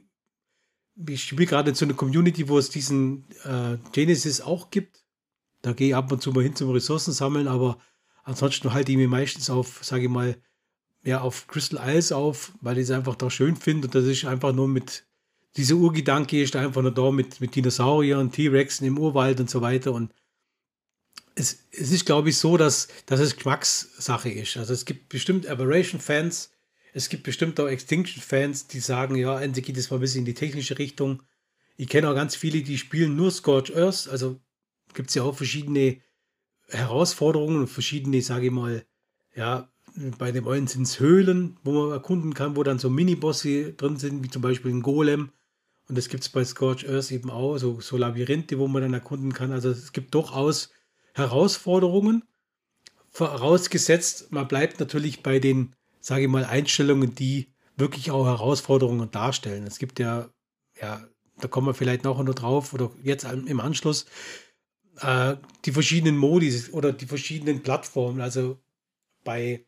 S1: ich spiele gerade in so einer Community, wo es diesen äh, Genesis auch gibt. Da gehe ich ab und zu mal hin zum Ressourcen sammeln, aber ansonsten halte ich mir meistens auf, sage ich mal, ja, auf Crystal Isles auf, weil ich es einfach da schön finde. Und das ist einfach nur mit, dieser Urgedanke ist einfach nur da mit, mit Dinosauriern, T-Rexen im Urwald und so weiter. Und es, es ist, glaube ich, so, dass, dass es Geschmackssache ist. Also es gibt bestimmt Aberration-Fans, es gibt bestimmt auch Extinction-Fans, die sagen, ja, endlich geht es mal ein bisschen in die technische Richtung. Ich kenne auch ganz viele, die spielen nur Scorched Earth, also gibt es ja auch verschiedene Herausforderungen und verschiedene, sage ich mal, ja, bei dem einen sind es Höhlen, wo man erkunden kann, wo dann so Minibosse drin sind, wie zum Beispiel ein Golem. Und das gibt es bei Scorched Earth eben auch, so, so Labyrinthe, wo man dann erkunden kann. Also es gibt durchaus Herausforderungen, vorausgesetzt, man bleibt natürlich bei den, sage ich mal, Einstellungen, die wirklich auch Herausforderungen darstellen. Es gibt ja, ja, da kommen wir vielleicht noch drauf oder jetzt im Anschluss, äh, die verschiedenen Modi oder die verschiedenen Plattformen. Also bei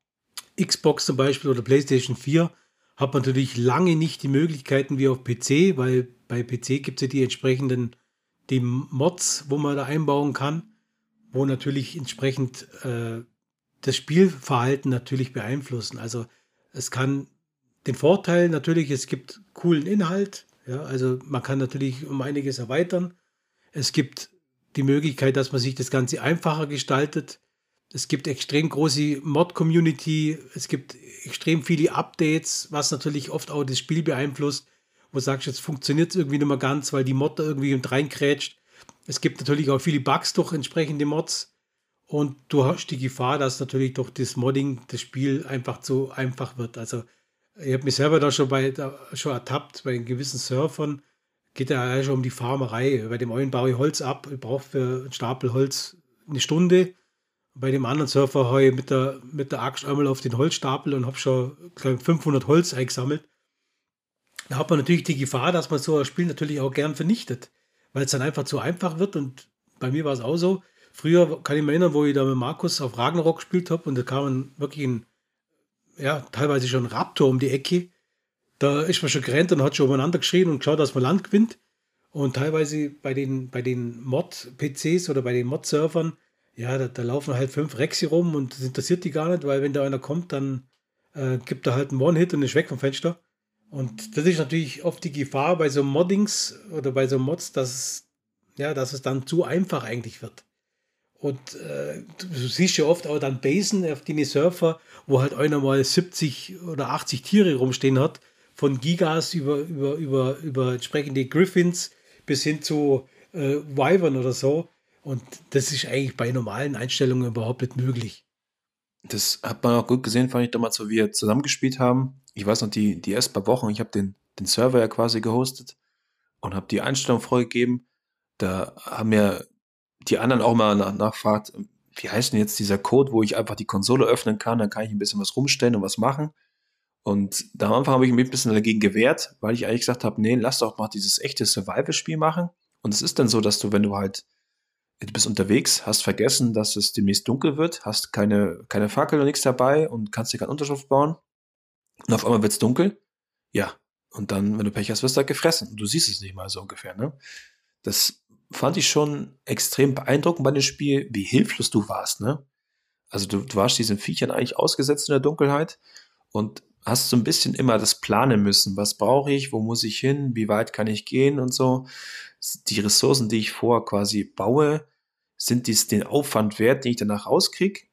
S1: Xbox zum Beispiel oder PlayStation vier hat man natürlich lange nicht die Möglichkeiten wie auf P C, weil bei P C gibt es ja die entsprechenden die Mods, wo man da einbauen kann, wo natürlich entsprechend äh, das Spielverhalten natürlich beeinflussen. Also es kann den Vorteil natürlich, es gibt coolen Inhalt, ja, also man kann natürlich um einiges erweitern. Es gibt die Möglichkeit, dass man sich das Ganze einfacher gestaltet. Es gibt extrem große Mod-Community, es gibt extrem viele Updates, was natürlich oft auch das Spiel beeinflusst, wo du sagst, jetzt funktioniert es irgendwie nicht mehr ganz, weil die Mod da irgendwie mit reinkrätscht. Es gibt natürlich auch viele Bugs durch entsprechende Mods und du hast die Gefahr, dass natürlich durch das Modding das Spiel einfach zu einfach wird. Also ich habe mich selber da schon bei da schon ertappt bei gewissen Surfern, geht ja schon um die Farmerei. Bei dem einen baue ich Holz ab, ich brauche für einen Stapel Holz eine Stunde. Bei dem anderen Surfer habe ich mit der, mit der Axt einmal auf den Holzstapel und habe schon glaub ich, fünfhundert Holz eingesammelt. Da hat man natürlich die Gefahr, dass man so ein Spiel natürlich auch gern vernichtet, weil es dann einfach zu einfach wird. Und bei mir war es auch so. Früher kann ich mich erinnern, wo ich da mit Markus auf Ragnarok gespielt habe und da kam man wirklich ein, ja, teilweise schon ein Raptor um die Ecke. Da ist man schon gerannt und hat schon umeinander geschrien und geschaut, dass man Land gewinnt. Und teilweise bei den, bei den Mod-P Cs oder bei den Mod-Surfern, ja, da, da laufen halt fünf Rexy rum und das interessiert die gar nicht, weil wenn da einer kommt, dann äh, gibt er halt einen One-Hit und ist weg vom Fenster. Und das ist natürlich oft die Gefahr bei so Moddings oder bei so Mods, dass es, ja, dass es dann zu einfach eigentlich wird. Und äh, du siehst ja oft auch dann Basen auf die Surfer, wo halt einer mal siebzig oder achtzig Tiere rumstehen hat, von Gigas über, über, über, über entsprechende Griffins bis hin zu äh, Wyvern oder so. Und das ist eigentlich bei normalen Einstellungen überhaupt nicht möglich.
S2: Das hat man auch gut gesehen, fand ich damals, wo wir zusammengespielt haben. Ich weiß noch, die, die ersten paar Wochen, ich habe den, den Server ja quasi gehostet und habe die Einstellung freigegeben. Da haben mir die anderen auch mal nach, nachgefragt, wie heißt denn jetzt dieser Code, wo ich einfach die Konsole öffnen kann, dann kann ich ein bisschen was rumstellen und was machen. Und da am Anfang habe ich mich ein bisschen dagegen gewehrt, weil ich eigentlich gesagt habe, nee, lass doch mal dieses echte Survival-Spiel machen. Und es ist dann so, dass du, wenn du halt, du bist unterwegs, hast vergessen, dass es demnächst dunkel wird, hast keine, keine Fackel und nichts dabei und kannst dir keine Unterschrift bauen. Und auf einmal wird es dunkel. Ja. Und dann, wenn du Pech hast, wirst du halt gefressen. Und du siehst es nicht mal so ungefähr, ne? Das fand ich schon extrem beeindruckend bei dem Spiel, wie hilflos du warst, ne? Also du, du warst diesen Viechern eigentlich ausgesetzt in der Dunkelheit und hast so ein bisschen immer das planen müssen. Was brauche ich? Wo muss ich hin? Wie weit kann ich gehen und so? Die Ressourcen, die ich vorher quasi baue, sind dies den Aufwand wert, den ich danach rauskriege?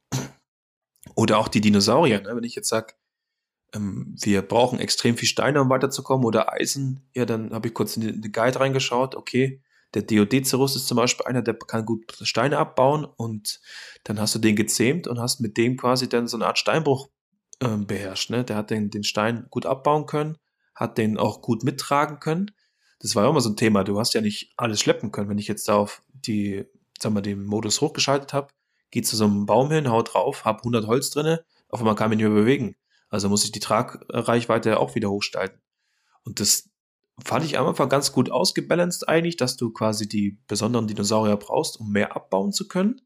S2: Oder auch die Dinosaurier, ne? Wenn ich jetzt sage, ähm, wir brauchen extrem viel Steine, um weiterzukommen oder Eisen, ja, dann habe ich kurz in den Guide reingeschaut, okay, der Deodezerus ist zum Beispiel einer, der kann gut Steine abbauen und dann hast du den gezähmt und hast mit dem quasi dann so eine Art Steinbruch ähm, beherrscht, ne? Der hat den, den Stein gut abbauen können, hat den auch gut mittragen können. Das war ja auch immer so ein Thema, du hast ja nicht alles schleppen können. Wenn ich jetzt da auf die, sagen wir, den Modus hochgeschaltet habe, geht zu so einem Baum hin, haut drauf, hab hundert Holz drinne, auf einmal kann ich mich nicht mehr bewegen. Also muss ich die Tragreichweite auch wieder hochsteigen. Und das fand ich am Anfang ganz gut ausgebalanced eigentlich, dass du quasi die besonderen Dinosaurier brauchst, um mehr abbauen zu können.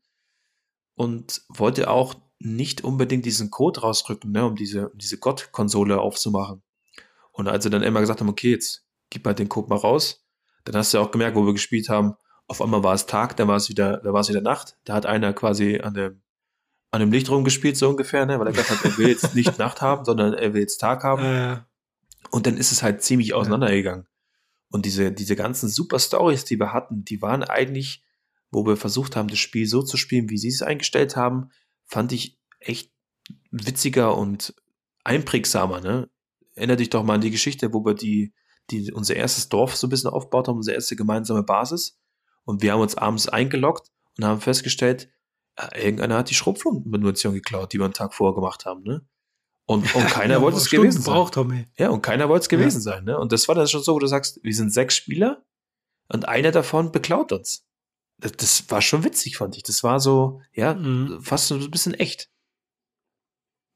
S2: Und wollte auch nicht unbedingt diesen Code rausrücken, ne, um diese, um diese Gott-Konsole aufzumachen. Und als sie dann immer gesagt haben, okay, jetzt gib mal den Code mal raus, dann hast du ja auch gemerkt, wo wir gespielt haben, auf einmal war es Tag, dann war es wieder, da war es wieder Nacht. Da hat einer quasi an dem, an dem Licht rumgespielt, so ungefähr, ne, weil er gesagt hat, er will jetzt nicht Nacht haben, sondern er will jetzt Tag haben.
S1: Äh,
S2: Und dann ist es halt ziemlich auseinandergegangen. Und diese, diese ganzen super Stories, die wir hatten, die waren eigentlich, wo wir versucht haben, das Spiel so zu spielen, wie sie es eingestellt haben, fand ich echt witziger und einprägsamer, ne? Erinner dich doch mal an die Geschichte, wo wir die, die, unser erstes Dorf so ein bisschen aufgebaut haben, unsere erste gemeinsame Basis. Und wir haben uns abends eingeloggt und haben festgestellt, ja, irgendeiner hat die Schrotflintenmunition geklaut, die wir einen Tag vorher gemacht haben, ne? Und, und keiner
S1: ja,
S2: wollte es
S1: Stunden
S2: gewesen sein.
S1: braucht, Tommy.
S2: Ja, und keiner wollte es gewesen
S1: Ja.
S2: sein, ne? Und das war dann schon so, wo du sagst, wir sind sechs Spieler und einer davon beklaut uns. Das, das war schon witzig, fand ich. Das war so, ja,
S1: Mhm.
S2: fast so ein bisschen echt.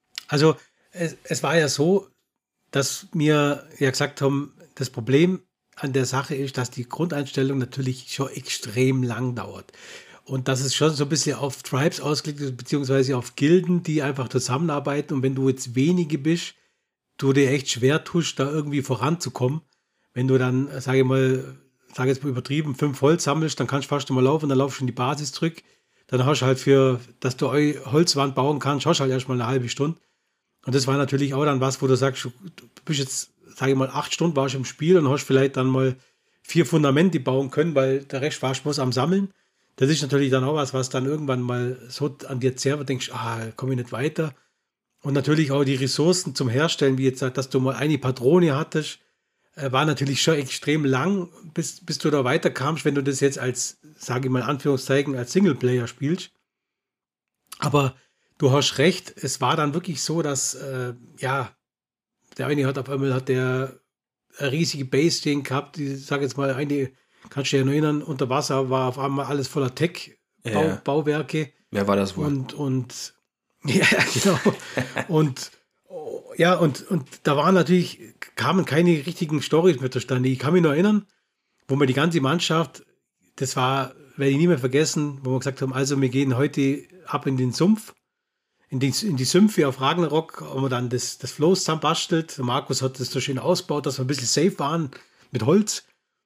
S1: Also es, es war ja so, dass wir ja gesagt haben, das Problem an der Sache ist, dass die Grundeinstellung natürlich schon extrem lang dauert. Und dass es schon so ein bisschen auf Tribes ausgelegt ist, beziehungsweise auf Gilden, die einfach zusammenarbeiten. Und wenn du jetzt wenige bist, du dir echt schwer tust, da irgendwie voranzukommen. Wenn du dann, sage ich mal, sage jetzt mal übertrieben, fünf Holz sammelst, dann kannst du fast immer laufen, dann laufst du in die Basis zurück. Dann hast du halt für, dass du eine Holzwand bauen kannst, hast du halt erstmal eine halbe Stunde. Und das war natürlich auch dann was, wo du sagst, du bist jetzt, sage ich mal, acht Stunden warst du im Spiel und hast vielleicht dann mal vier Fundamente bauen können, weil der Rest warst du bloß am Sammeln. Das ist natürlich dann auch was, was dann irgendwann mal so an dir zerrt, und denkst, ah, komme ich nicht weiter. Und natürlich auch die Ressourcen zum Herstellen, wie jetzt, dass du mal eine Patrone hattest, war natürlich schon extrem lang, bis, bis du da weiterkamst, wenn du das jetzt als, sage ich mal in Anführungszeichen, als Singleplayer spielst. Aber du hast recht, es war dann wirklich so, dass, äh, ja, der eine hat auf einmal, hat der eine riesige Base stehen gehabt, ich sage jetzt mal, eine, kannst du dich erinnern, unter Wasser war auf einmal alles voller Tech-Bauwerke.
S2: Ja. Wer war das wohl?
S1: Und, und, ja, genau. und, ja, und, und da waren natürlich, kamen keine richtigen Storys mehr zustande. Ich kann mich noch erinnern, wo wir die ganze Mannschaft, das war, werde ich nie mehr vergessen, wo wir gesagt haben, also wir gehen heute ab in den Sumpf, in die, in die Sümpfe auf Ragnarok, haben wir dann das, das Floß zusammenbastelt. Markus hat das so schön ausgebaut, dass wir ein bisschen safe waren mit Holz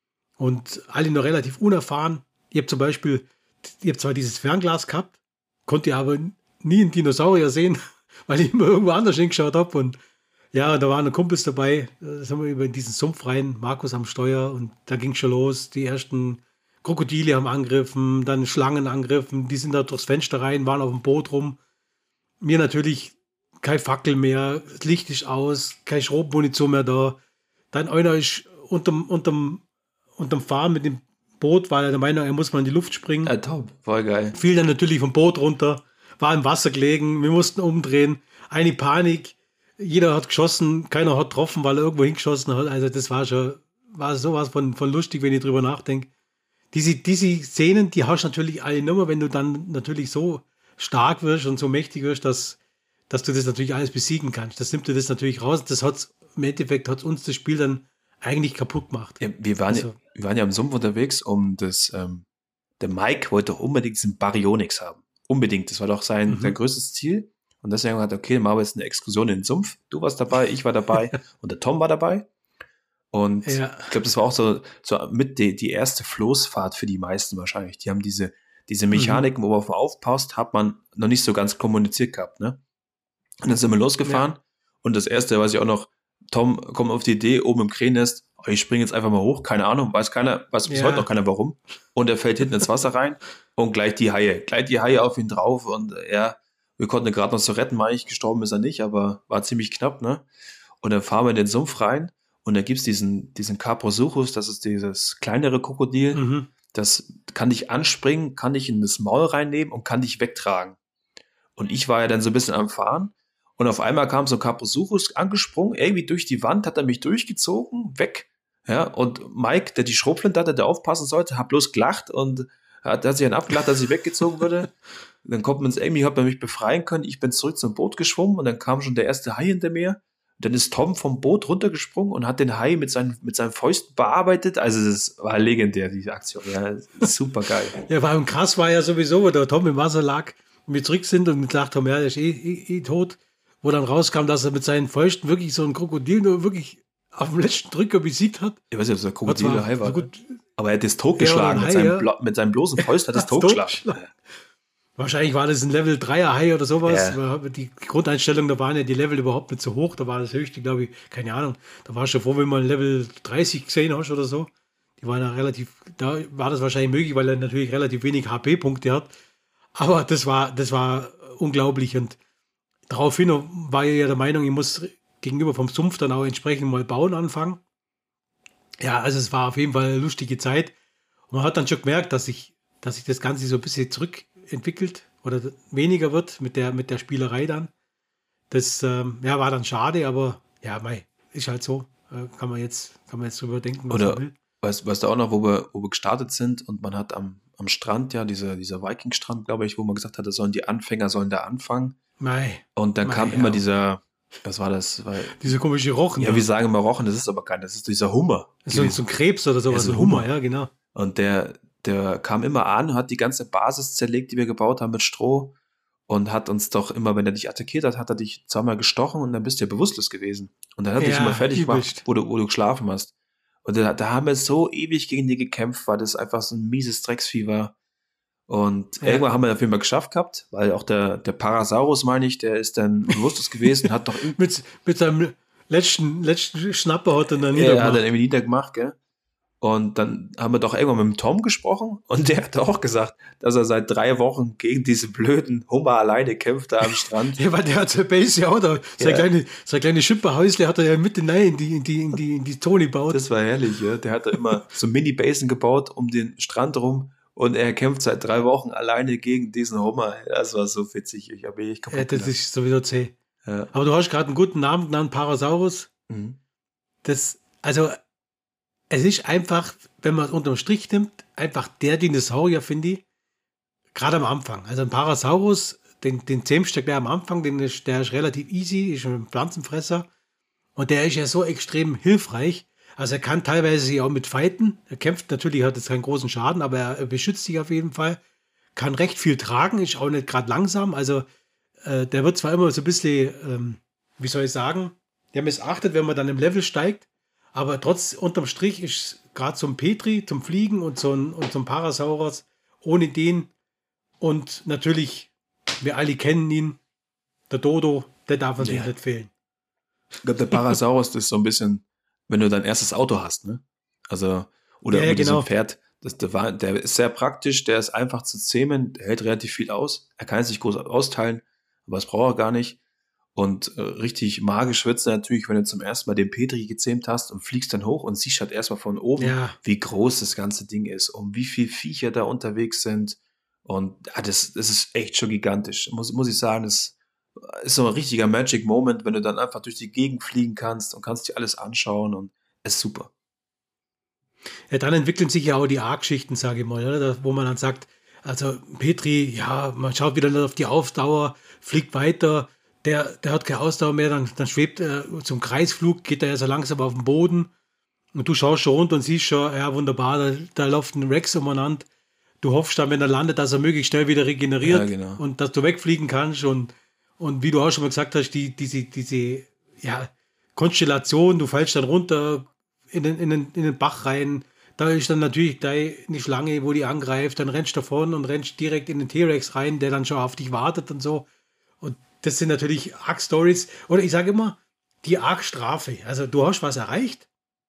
S1: und alle noch relativ unerfahren. Ich habe zum Beispiel, ich habe zwar dieses Fernglas gehabt, konnte aber nie einen Dinosaurier sehen, weil ich immer irgendwo anders hingeschaut habe. Und ja, da waren Kumpels dabei. Da sind wir über diesen Sumpf rein, Markus am Steuer, und da ging es schon los. Die ersten Krokodile haben angegriffen, dann Schlangen angegriffen, die sind da durchs Fenster rein, waren auf dem Boot rum. Mir natürlich kein Fackel mehr, das Licht ist aus, keine Schrotmunition mehr da. Dann einer ist unterm, unterm, unterm Fahren mit dem Boot, weil er der Meinung, er muss mal in die Luft springen.
S2: Ja, top, voll geil.
S1: Fiel dann natürlich vom Boot runter, war im Wasser gelegen, wir mussten umdrehen, eine Panik, jeder hat geschossen, keiner hat getroffen, weil er irgendwo hingeschossen hat. Also das war schon, war sowas von, von lustig, wenn ich drüber nachdenke. Diese, diese Szenen, die hast du natürlich alle nur, wenn du dann natürlich so stark wirst und so mächtig wirst, dass, dass du das natürlich alles besiegen kannst. Das nimmt dir das natürlich raus. Das hat's, im Endeffekt hat uns das Spiel dann eigentlich kaputt gemacht.
S2: Ja, wir, waren
S1: Also,
S2: ja, wir waren ja im Sumpf unterwegs, um das, ähm, der Mike wollte doch unbedingt diesen Baryonyx haben. Unbedingt. Das war doch sein,
S1: Mhm.
S2: sein größtes Ziel. Und deswegen hat er, okay, dann machen wir jetzt eine Exkursion in den Sumpf. Du warst dabei, ich war dabei und der Tom war dabei. Und
S1: Ja.
S2: ich glaube, das war auch so, so mit die, die erste Floßfahrt für die meisten wahrscheinlich. Die haben diese, diese Mechaniken, wo man auf aufpasst, hat man noch nicht so ganz kommuniziert gehabt, ne? Und dann sind wir losgefahren.
S1: Ja.
S2: Und das erste, weiß ich auch noch, Tom kommt auf die Idee, oben im Krähennest, oh, ich springe jetzt einfach mal hoch, keine Ahnung, weiß keiner, weiß bis
S1: Ja.
S2: heute noch keiner warum. Und er fällt hinten ins Wasser rein und gleich die Haie, gleich die Haie auf ihn drauf und er, wir konnten ihn gerade noch so retten, meine ich, gestorben ist er nicht, aber war ziemlich knapp, ne? Und dann fahren wir in den Sumpf rein und da gibt's diesen, diesen Caprosuchus, das ist dieses kleinere Krokodil,
S1: Mhm.
S2: das kann dich anspringen, kann dich in das Maul reinnehmen und kann dich wegtragen. Und ich war ja dann so ein bisschen am Fahren und auf einmal kam so ein Caprosuchus angesprungen, irgendwie durch die Wand, hat er mich durchgezogen, weg. Ja, und Mike, der die Schrotflinte hatte, der aufpassen sollte, hat bloß gelacht und hat, hat sich dann abgelacht, dass ich weggezogen würde. Dann kommt man ins Amy, hat man mich befreien können. Ich bin zurück zum Boot geschwommen und dann kam schon der erste Hai hinter mir. Dann ist Tom vom Boot runtergesprungen und hat den Hai mit seinen, mit seinen Fäusten bearbeitet. Also das war legendär, diese Aktion. Ja, super geil.
S1: Ja, vor allem krass war ja sowieso, wo der Tom im Wasser lag und wir zurück sind und gedacht haben, ja, der ist eh, eh, eh tot. Wo dann rauskam, dass er mit seinen Fäusten wirklich so ein Krokodil nur wirklich auf dem letzten Drücker besiegt hat.
S2: Ich weiß nicht, ob es ein Krokodil
S1: Hat
S2: oder
S1: zwar
S2: Hai war.
S1: so gut-
S2: Aber er hat es totgeschlagen.
S1: Ja,
S2: mit,
S1: ein Hai,
S2: seinem
S1: ja.
S2: Blo- mit seinem bloßen Fäust hat er es
S1: Hat's
S2: totgeschlagen.
S1: totgeschlagen. Wahrscheinlich war das ein Level dreier Hai oder sowas.
S2: Ja.
S1: weil Die Grundeinstellung, da waren ja die Level überhaupt nicht so hoch. Da war das höchste, glaube ich, keine Ahnung. Da war schon froh, wenn man Level dreißig gesehen hast oder so. Die waren ja relativ, da war das wahrscheinlich möglich, weil er natürlich relativ wenig H P-Punkte hat. Aber das war, das war unglaublich. Und daraufhin war ich ja der Meinung, ich muss gegenüber vom Sumpf dann auch entsprechend mal bauen anfangen. Ja, also es war auf jeden Fall eine lustige Zeit. Und man hat dann schon gemerkt, dass sich, dass sich das Ganze so ein bisschen zurückentwickelt oder weniger wird mit der, mit der Spielerei dann. Das ähm, ja, war dann schade, aber ja, mei, ist halt so. Äh, kann man jetzt, kann man jetzt drüber denken, was
S2: Oder-
S1: man will.
S2: Weißt, weißt du auch noch, wo wir, wo wir gestartet sind und man hat am, am Strand, ja, dieser, dieser Viking-Strand, glaube ich, wo man gesagt hatte, sollen die Anfänger sollen da anfangen.
S1: Mei,
S2: Und dann
S1: Mei,
S2: kam
S1: ja.
S2: immer dieser, Was war das? Weil,
S1: Diese komische Rochen.
S2: ja, wir sagen immer Rochen, das ist aber kein, das ist dieser Hummer.
S1: So, so ein Krebs oder sowas,
S2: Ja, so
S1: ein
S2: ein
S1: Hummer,
S2: Hummer.
S1: ja, genau.
S2: Und der, der kam immer an, hat die ganze Basis zerlegt, die wir gebaut haben mit Stroh und hat uns doch immer, wenn er dich attackiert hat, hat er dich zweimal gestochen und dann bist du ja bewusstlos gewesen. Und dann hat er dich
S1: Ja,
S2: immer fertig gemacht,
S1: übelst.
S2: wo du, wo du geschlafen hast. Und da, da haben wir so ewig gegen die gekämpft, weil das einfach so ein mieses Drecksvieh war. Und
S1: Ja.
S2: irgendwann haben wir auf jeden Fall geschafft gehabt, weil auch der, der Parasaurus, meine ich, der ist dann bewusstlos gewesen, hat doch irgendwie,
S1: Mit, mit seinem letzten, letzten Schnapper hat er dann
S2: er hat
S1: niedergemacht.
S2: dann irgendwie niedergemacht, gell? Und dann haben wir doch irgendwann mit dem Tom gesprochen und der hat auch gesagt, dass er seit drei Wochen gegen diese blöden Hummer alleine kämpft da am Strand.
S1: Ja, weil der hat sein Base ja auch da. Sein
S2: Ja.
S1: kleine, sein kleine Schipperhäusle hat er ja mit hinein in die, in die, in die, in die Zone gebaut.
S2: Das war herrlich, ja. Der hat da immer so Mini-Basen gebaut um den Strand rum und er kämpft seit drei Wochen alleine gegen diesen Hummer. Das war so witzig. Ich habe echt kaputt
S1: Ja, das
S2: gelacht.
S1: ist sowieso zäh.
S2: Ja.
S1: Aber du hast gerade einen guten Namen genannt, Parasaurus.
S2: Mhm.
S1: Das, also, es ist einfach, wenn man es unterm Strich nimmt, einfach der Dinosaurier, finde ich, gerade am Anfang. Also ein Parasaurus, den, den zähmst du am Anfang, den ist, der ist relativ easy, ist ein Pflanzenfresser. Und der ist ja so extrem hilfreich. Also er kann teilweise sich auch mit fighten. Er kämpft natürlich, hat jetzt keinen großen Schaden, aber er, er beschützt sich auf jeden Fall. Kann recht viel tragen, ist auch nicht gerade langsam. Also äh, der wird zwar immer so ein bisschen, ähm, wie soll ich sagen, der missachtet, wenn man dann im Level steigt. Aber trotz, unterm Strich ist gerade so ein Petri zum Fliegen und so ein, und so ein Parasaurus ohne den. Und natürlich, wir alle kennen ihn, der Dodo, der darf natürlich
S2: Ja.
S1: nicht fehlen.
S2: Ich glaube, der Parasaurus das ist so ein bisschen, wenn du dein erstes Auto hast, ne? Also, oder
S1: Ja, ja,
S2: mit diesem
S1: genau.
S2: Pferd. Das, der, war, der ist sehr praktisch, der ist einfach zu zähmen, der hält relativ viel aus. Er kann sich groß austeilen, aber das braucht er gar nicht. Und äh, richtig magisch wird's natürlich, wenn du zum ersten Mal den Petri gezähmt hast und fliegst dann hoch und siehst halt erstmal von oben,
S1: Ja.
S2: wie groß das ganze Ding ist und wie viel Viecher da unterwegs sind. Und ah, das, das ist echt schon gigantisch. Muss, muss ich sagen, das ist so ein richtiger Magic Moment, wenn du dann einfach durch die Gegend fliegen kannst und kannst dir alles anschauen und es ist super.
S1: Ja, dann entwickeln sich ja auch die A-Geschichten, sage ich mal, oder? Da, wo man dann sagt, also Petri, ja, man schaut wieder nicht auf die Ausdauer, fliegt weiter, der, der hat keine Ausdauer mehr, dann, dann schwebt er zum Kreisflug, geht er ja so langsam auf den Boden und du schaust schon runter und siehst schon, ja, wunderbar, da, da läuft ein Rex umeinander. Du hoffst dann, wenn er landet, dass er möglichst schnell wieder regeneriert
S2: Ja, genau.
S1: und dass du wegfliegen kannst und, und wie du auch schon mal gesagt hast, die, diese, diese ja, Konstellation, du fällst dann runter in den, in, den, in den Bach rein, da ist dann natürlich gleich eine Schlange, wo die angreift, dann rennst du davon und rennst direkt in den T-Rex rein, der dann schon auf dich wartet und so. Und das sind natürlich Arc-Stories. Oder ich sage immer, die Arc-Strafe. Also du hast was erreicht,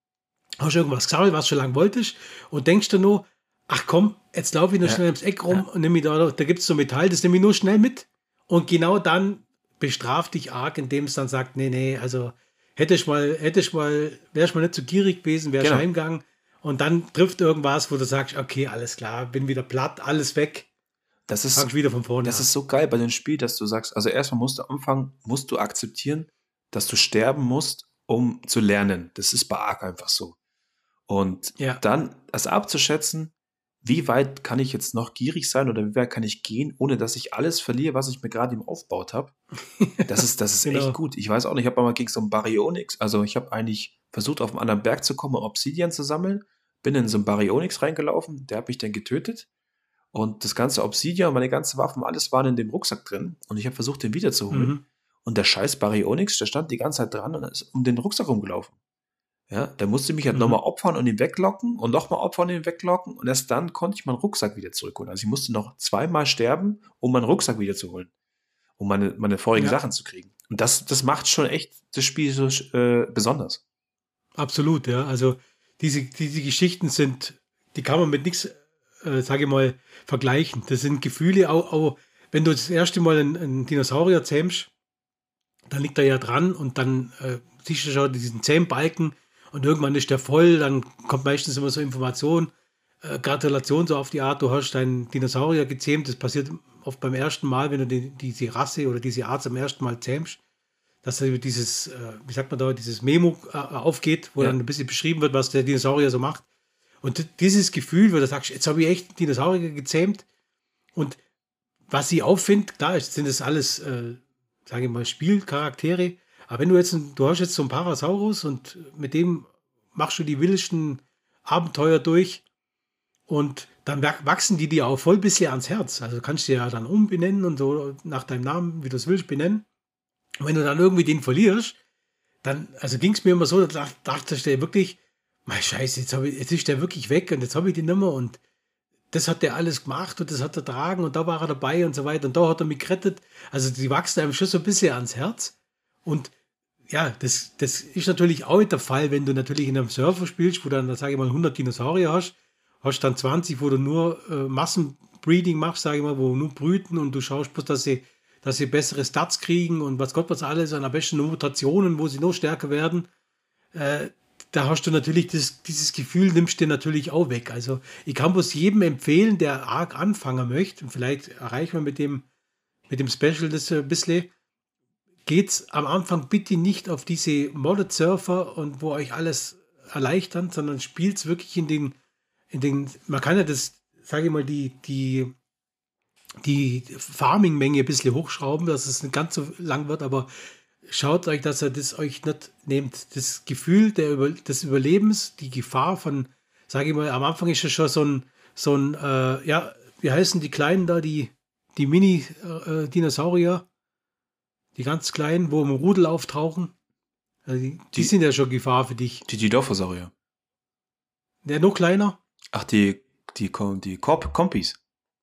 S1: hast irgendwas gesammelt, was du schon lange wolltest und denkst dir nur, ach komm, jetzt laufe ich noch
S2: Ja.
S1: schnell ums Eck rum und nehme ich da, da gibt es so Metall, das nehme ich nur schnell mit. Und genau dann bestraft dich Arc, indem es dann sagt, nee, nee, also hätte ich mal, hätte ich mal, wärst mal nicht so gierig gewesen, wärst
S2: Genau.
S1: heimgegangen und dann trifft irgendwas, wo du sagst, okay, alles klar, bin wieder platt, alles weg,
S2: Das ist,
S1: fangst wieder von vorne
S2: das
S1: an.
S2: ist so geil bei dem Spiel, dass du sagst, also erstmal musst du anfangen, musst du akzeptieren, dass du sterben musst, um zu lernen. Das ist bei Ark einfach so. Und
S1: Ja.
S2: dann das abzuschätzen, wie weit kann ich jetzt noch gierig sein oder wie weit kann ich gehen, ohne dass ich alles verliere, was ich mir gerade im aufgebaut habe. Das ist, das ist
S1: Genau.
S2: echt gut. Ich weiß auch nicht, ich habe mal gegen so einen Baryonyx, also ich habe eigentlich versucht, auf einen anderen Berg zu kommen, um Obsidian zu sammeln, bin in so einen Baryonyx reingelaufen, der hat mich dann getötet und das ganze Obsidian, meine ganzen Waffen, alles waren in dem Rucksack drin und ich habe versucht, den wiederzuholen
S1: Mhm.
S2: und der scheiß Baryonyx, der stand die ganze Zeit dran und ist um den Rucksack rumgelaufen. Ja, der musste mich halt
S1: Mhm.
S2: nochmal opfern und ihn weglocken und nochmal opfern und ihn weglocken und erst dann konnte ich meinen Rucksack wieder zurückholen. Also ich musste noch zweimal sterben, um meinen Rucksack wiederzuholen, um meine, meine vorigen
S1: Ja.
S2: Sachen zu kriegen. Und das, das macht schon echt das Spiel so äh, besonders.
S1: Absolut, ja. Also diese, diese Geschichten sind, die kann man mit nichts, äh, sage ich mal, vergleichen. Das sind Gefühle, auch, auch wenn du das erste Mal einen, einen Dinosaurier zähmst, dann liegt er ja dran und dann äh, siehst du schon diesen Zähmbalken und irgendwann ist der voll, dann kommt meistens immer so Information, äh, Gratulation so auf die Art, du hast deinen Dinosaurier gezähmt, das passiert oft beim ersten Mal, wenn du die, diese Rasse oder diese Art zum ersten Mal zähmst, dass da dieses, äh, wie sagt man da, dieses Memo äh, aufgeht, wo
S2: Ja.
S1: dann ein bisschen beschrieben wird, was der Dinosaurier so macht. Und d- dieses Gefühl, wo du sagst, jetzt habe ich echt einen Dinosaurier gezähmt und was ich auffinde, klar, sind das alles, äh, sage ich mal, Spielcharaktere, Aber wenn du jetzt, ein- du hast jetzt so einen Parasaurus und mit dem machst du die wildesten Abenteuer durch und dann wach- wachsen die dir auch voll ein bisschen ans Herz. Also kannst du ja dann umbenennen und so nach deinem Namen, wie du es willst, benennen. Und wenn du dann irgendwie den verlierst, dann, also ging es mir immer so, da dach- dachte ich dir wirklich, mein Scheiße, jetzt, hab ich, jetzt ist der wirklich weg und jetzt habe ich den nicht mehr und das hat der alles gemacht und das hat er tragen und da war er dabei und so weiter und da hat er mich gerettet. Also die wachsen einem schon so ein bisschen ans Herz. Und ja, das, das ist natürlich auch nicht der Fall, wenn du natürlich in einem Server spielst, wo dann, da sage ich mal, hundert Dinosaurier hast, hast dann zwanzig, wo du nur äh, Massenbreeding machst, sage ich mal, wo nur brüten und du schaust bloß, dass sie, dass sie bessere Stats kriegen und was Gott was alles und am besten nur Mutationen, wo sie noch stärker werden. Äh, da hast du natürlich das, dieses Gefühl, nimmst du dir natürlich auch weg. Also ich kann bloß jedem empfehlen, der arg anfangen möchte, und vielleicht erreichen wir mit dem, mit dem Special das ein bisschen, geht's am Anfang bitte nicht auf diese Modded Surfer und wo euch alles erleichtern, sondern spielt's wirklich in den, in den, man kann ja das, sage ich mal, die, die, die Farming-Menge ein bisschen hochschrauben, dass es nicht ganz so lang wird, aber schaut euch, dass ihr das euch nicht nehmt. Das Gefühl der Über des Überlebens, die Gefahr von, sage ich mal, am Anfang ist es schon so ein, so ein, äh, ja, wie heißen die Kleinen da, die, die Mini-Dinosaurier, die ganz kleinen, wo im Rudel auftauchen. Also die, die,
S2: Die-
S1: sind ja schon Gefahr für dich.
S2: Die, die Dorfosaurier.
S1: Der noch kleiner?
S2: Ach, die, die, Kom- die Korp Kompis.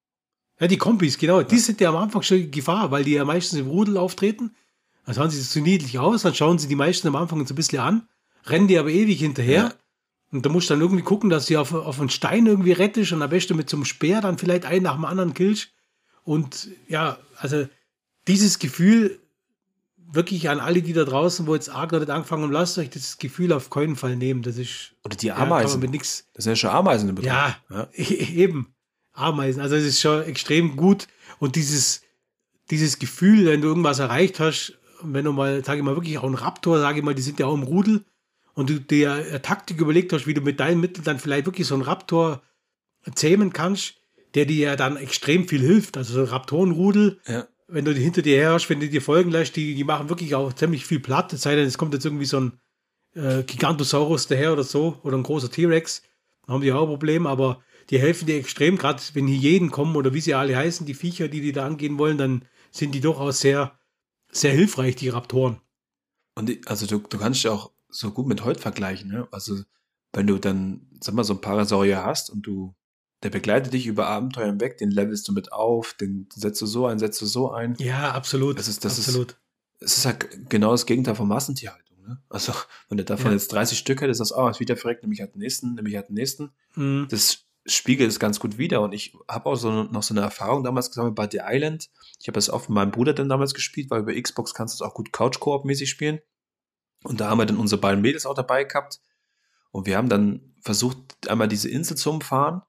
S1: Ja, die Kompis, genau. Die sind ja am Anfang schon Gefahr, weil die ja meistens im Rudel auftreten. Dann schauen sie zu niedlich aus, dann schauen sie die meisten am Anfang so ein bisschen an, rennen die aber ewig hinterher.
S2: Ja.
S1: Und da musst du dann irgendwie gucken, dass du auf, auf einen Stein irgendwie rettest und am besten mit so einem Speer dann vielleicht einen nach dem anderen killst. Und ja, also dieses Gefühl, wirklich an alle, die da draußen, wo jetzt arg noch nicht angefangen haben, lasst euch das Gefühl auf keinen Fall nehmen. Das ist,
S2: Oder die
S1: ja, kann man
S2: Ameisen.
S1: mit nichts.
S2: Das sind ja schon Ameisen im Betrieb.
S1: Ja,
S2: Ja.
S1: eben. Ameisen. Also es ist schon extrem gut. Und dieses, dieses Gefühl, wenn du irgendwas erreicht hast, und wenn du mal, sage ich mal, wirklich auch ein Raptor, sage ich mal, die sind ja auch im Rudel, und du dir eine Taktik überlegt hast, wie du mit deinen Mitteln dann vielleicht wirklich so einen Raptor zähmen kannst, der dir ja dann extrem viel hilft. Also so ein Raptorenrudel,
S2: Ja.
S1: wenn du die hinter dir her hast, wenn du dir folgen lässt, die, die machen wirklich auch ziemlich viel platt. Es sei denn, es kommt jetzt irgendwie so ein äh, Gigantosaurus daher oder so, oder ein großer T-Rex, dann haben die auch ein Problem, aber die helfen dir extrem, gerade wenn Hyänen kommen oder wie sie alle heißen, die Viecher, die die da angehen wollen, dann sind die durchaus sehr, sehr hilfreich, die Raptoren.
S2: Und die- also du, du kannst ja auch so gut mit heute vergleichen, ne? Also wenn du dann, sag mal, so ein Parasaurier hast und du, der begleitet dich über Abenteuer hinweg, den levelst du mit auf, den setzt du so ein, setzt du so ein.
S1: Ja, absolut.
S2: Das ist- das ist-
S1: absolut.
S2: Es ist halt genau das Gegenteil von Massentierhaltung, ne? Also wenn du davon
S1: Ja.
S2: jetzt dreißig Stück hättest, sagst du, oh, ist wieder verreckt, nämlich halt den nächsten, nämlich halt den nächsten.
S1: Mhm.
S2: Das spiegelt es ganz gut wider. Und ich habe auch so noch so eine Erfahrung damals gesammelt bei The Island. Ich habe das auch mit meinem Bruder dann damals gespielt, weil über Xbox kannst du es auch gut Couch-Koop-mäßig spielen. Und da haben wir dann unsere beiden Mädels auch dabei gehabt. Und wir haben dann versucht, einmal diese Insel zu umfahren.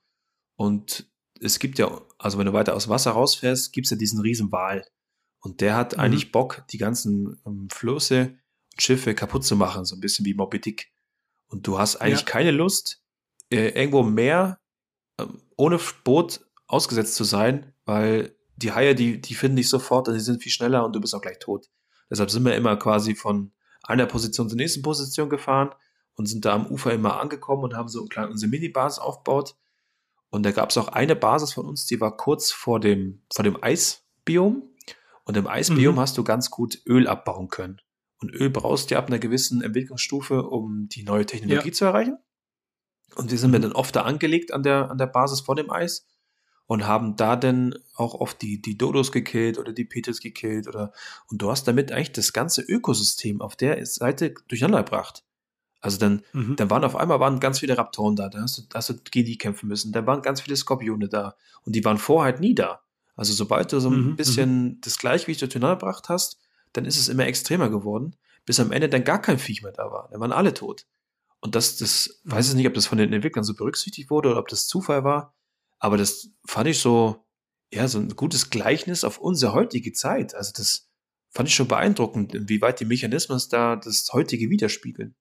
S2: Und es gibt ja, also wenn du weiter aus Wasser rausfährst, gibt es ja diesen riesen Wal. Und der hat
S1: Mhm.
S2: eigentlich Bock, die ganzen ähm, Flöße und Schiffe kaputt zu machen. So ein bisschen wie Moby Dick. Und du hast eigentlich
S1: Ja.
S2: keine Lust, äh, irgendwo im Meer ähm, ohne Boot ausgesetzt zu sein, weil die Haie, die, die finden dich sofort und die sind viel schneller und du bist auch gleich tot. Deshalb sind wir immer quasi von einer Position zur nächsten Position gefahren und sind da am Ufer immer angekommen und haben so klein unsere Mini-Basis aufgebaut. Und da gab es auch eine Basis von uns, die war kurz vor dem, vor dem Eisbiom. Und im Eisbiom
S1: Mhm.
S2: hast du ganz gut Öl abbauen können. Und Öl brauchst du ab einer gewissen Entwicklungsstufe, um die neue Technologie
S1: Ja.
S2: zu erreichen. Und wir sind wir
S1: Mhm.
S2: dann oft da angelegt an der, an der Basis vor dem Eis und haben da dann auch oft die, die Dodos gekillt oder die Petis gekillt oder, und du hast damit eigentlich das ganze Ökosystem auf der Seite durcheinander gebracht. Also dann,
S1: Mhm.
S2: dann waren auf einmal waren ganz viele Raptoren da, da hast du, hast du gegen die kämpfen müssen, da waren ganz viele Skorpione da und die waren vorher halt nie da. Also sobald du so ein
S1: Mhm.
S2: bisschen das Gleichgewicht durcheinander gebracht hast, dann ist es immer extremer geworden, bis am Ende dann gar kein Viech mehr da war. Dann waren alle tot. Und das, das,
S1: Mhm.
S2: weiß ich nicht, ob das von den Entwicklern so berücksichtigt wurde oder ob das Zufall war, aber das fand ich so, ja, so ein gutes Gleichnis auf unsere heutige Zeit. Also das fand ich schon beeindruckend, inwieweit die Mechanismen da das heutige widerspiegeln.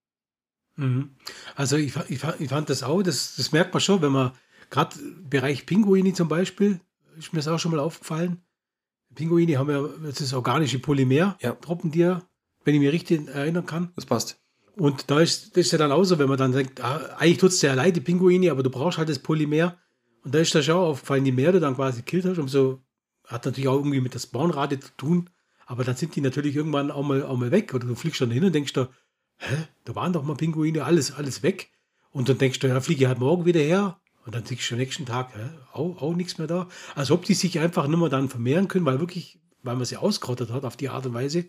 S1: Mhm. Also ich, fa- ich, fa- ich fand das auch, das, das merkt man schon, wenn man gerade im Bereich Pinguini zum Beispiel, ist mir das auch schon mal aufgefallen. Pinguine haben ja das ist organische Polymer,
S2: Ja.
S1: droppen dir wenn ich mich richtig erinnern kann.
S2: Das passt.
S1: Und da ist, das ist ja dann auch so, wenn man dann denkt, ah, eigentlich tut es ja leid, die Pinguine, aber du brauchst halt das Polymer. Und da ist das schon aufgefallen, je mehr du dann quasi gekillt hast, umso hat natürlich auch irgendwie mit der Spawnrate zu tun. Aber dann sind die natürlich irgendwann auch mal, auch mal weg. Oder du fliegst dann hin und denkst da, hä, da waren doch mal Pinguine, alles, alles weg. Und dann denkst du, ja, fliege ich halt morgen wieder her. Und dann siehst du am nächsten Tag, hä, auch, auch nichts mehr da. Als ob die sich einfach nicht mehr dann vermehren können, weil wirklich, weil man sie ausgerottet hat auf die Art und Weise.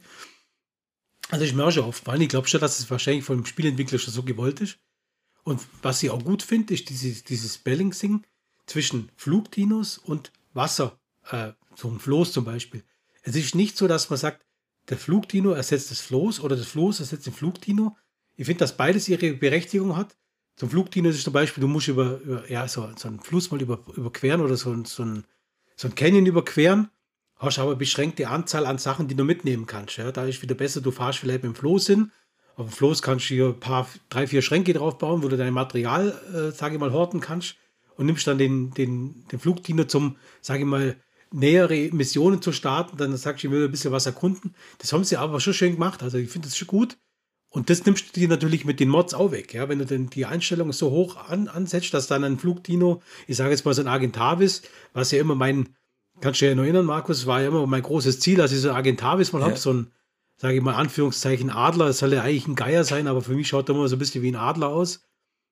S1: Also ist mir auch schon aufgefallen. Ich glaube schon, dass es wahrscheinlich vom Spielentwickler schon so gewollt ist. Und was ich auch gut finde, ist dieses, dieses Balancing zwischen Flugdinos und Wasser. Äh, so ein Floß zum Beispiel. Es ist nicht so, dass man sagt, der Flugdino ersetzt das Floß oder das Floß ersetzt den Flugdino. Ich finde, dass beides ihre Berechtigung hat. Zum Flugdino ist zum Beispiel, du musst über, über ja, so, so einen Fluss mal über, überqueren oder so, so, ein, so ein Canyon überqueren. Hast aber eine beschränkte Anzahl an Sachen, die du mitnehmen kannst. Ja. Da ist wieder besser, du fahrst vielleicht mit dem Floß hin. Auf dem Floß kannst du hier ein paar, drei, vier Schränke drauf bauen, wo du dein Material, äh, sage ich mal, horten kannst. Und nimmst dann den, den, den Flugdino zum, sage ich mal, nähere Missionen zu starten. Dann sagst du, ich will ein bisschen was erkunden. Das haben sie aber schon schön gemacht. Also ich finde das schon gut. Und das nimmst du dir natürlich mit den Mods auch weg. Ja? Wenn du dann die Einstellung so hoch an, ansetzt, dass dann ein Flugdino, ich sage jetzt mal so ein Argentavis, was ja immer mein, kannst du ja noch erinnern, Markus, war ja immer mein großes Ziel, als ich so ein Argentavis mal ja. habe, so ein, sage ich mal, Anführungszeichen Adler. Es soll ja eigentlich ein Geier sein, aber für mich schaut er immer so ein bisschen wie ein Adler aus.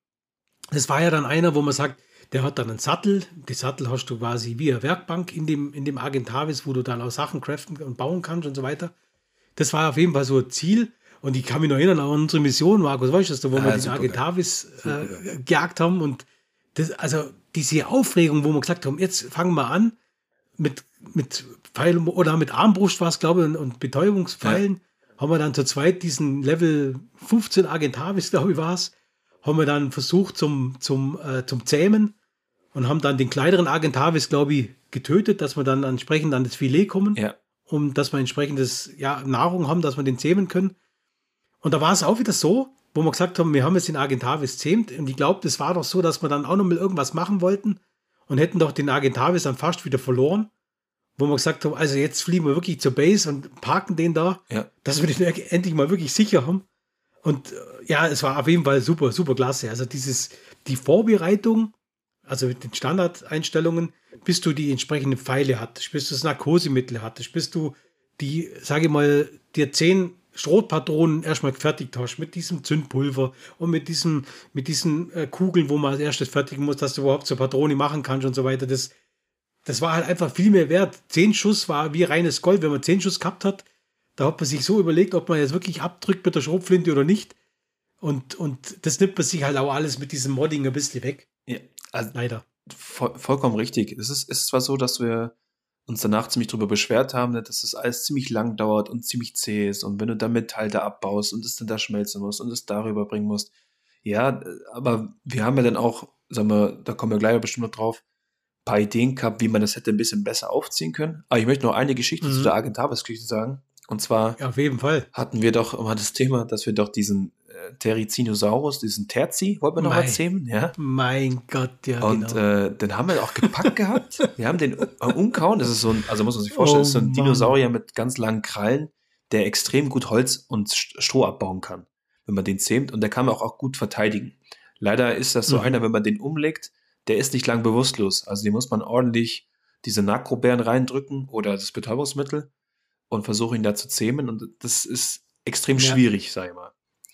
S1: Das war ja dann einer, wo man sagt, der hat dann einen Sattel. Die Sattel hast du quasi wie eine Werkbank in dem, in dem Argentavis, wo du dann auch Sachen craften und bauen kannst und so weiter. Das war auf jeden Fall so ein Ziel. Und ich kann mich noch erinnern an unsere Mission, Markus, weißt du, wo ja, wir den Argentavis äh, gejagt haben. Und das, also diese Aufregung, wo wir gesagt haben, jetzt fangen wir an mit, mit Pfeilen oder mit Armbrust war es, glaube ich, und, und Betäubungspfeilen, ja. haben wir dann zu zweit diesen Level fünfzehn Argentavis, glaube ich, war es, haben wir dann versucht zum, zum, äh, zum Zähmen und haben dann den kleineren Argentavis, glaube ich, getötet, dass wir dann entsprechend an das Filet kommen,
S2: ja.
S1: um dass wir entsprechendes ja, Nahrung haben, dass wir den zähmen können. Und da war es auch wieder so, wo wir gesagt haben, wir haben jetzt den Argentavis zähmt und ich glaube, das war doch so, dass wir dann auch noch mal irgendwas machen wollten und hätten doch den Argentavis dann fast wieder verloren, wo wir gesagt haben, also jetzt fliegen wir wirklich zur Base und parken den da,
S2: ja.
S1: dass wir den endlich mal wirklich sicher haben. Und ja, es war auf jeden Fall super, super klasse. Also dieses, die Vorbereitung, also mit den Standardeinstellungen, bis du die entsprechenden Pfeile hattest, bis du das Narkosemittel hattest, bis du die, sage ich mal, dir zehn Schrotpatronen erstmal gefertigt hast, mit diesem Zündpulver und mit diesem, mit diesen äh, Kugeln, wo man als erstes fertigen muss, dass du überhaupt so Patrone machen kannst und so weiter. Das, das war halt einfach viel mehr wert. Zehn Schuss war wie reines Gold. Wenn man zehn Schuss gehabt hat, da hat man sich so überlegt, ob man jetzt wirklich abdrückt mit der Schrotflinte oder nicht. Und, und das nimmt man sich halt auch alles mit diesem Modding ein bisschen weg.
S2: Ja, also
S1: leider.
S2: Voll, vollkommen richtig. Es ist, es ist zwar so, dass wir uns danach ziemlich drüber beschwert haben, dass das alles ziemlich lang dauert und ziemlich zäh ist. Und wenn du da Metall da abbaust und es dann da schmelzen musst und es darüber bringen musst. Ja, aber wir haben ja dann auch, sagen wir, da kommen wir gleich bestimmt noch drauf, ein paar Ideen gehabt, wie man das hätte ein bisschen besser aufziehen können. Aber ich möchte noch eine Geschichte mhm. zu der Argentavis-Geschichte sagen. Und zwar
S1: ja, auf jeden Fall.
S2: hatten wir doch immer das Thema, dass wir doch diesen äh, Therizinosaurus, diesen Terzi, wollten wir noch
S1: mein,
S2: erzählen, ja?
S1: Mein Gott, ja,
S2: und,
S1: genau.
S2: Und äh, den haben wir auch gepackt gehabt. Wir haben den äh, umkauen. Das ist so ein, also muss man sich vorstellen,
S1: oh,
S2: das ist so ein
S1: Mann.
S2: Dinosaurier mit ganz langen Krallen, der extrem gut Holz und Stroh abbauen kann, wenn man den zähmt. Und der kann man auch, auch gut verteidigen. Leider ist das so mhm. einer, wenn man den umlegt, der ist nicht lang bewusstlos. Also den muss man ordentlich diese Nakrobären reindrücken oder das Betäubungsmittel und versuche ihn da zu zähmen. Und das ist extrem ja. schwierig, sag ich mal.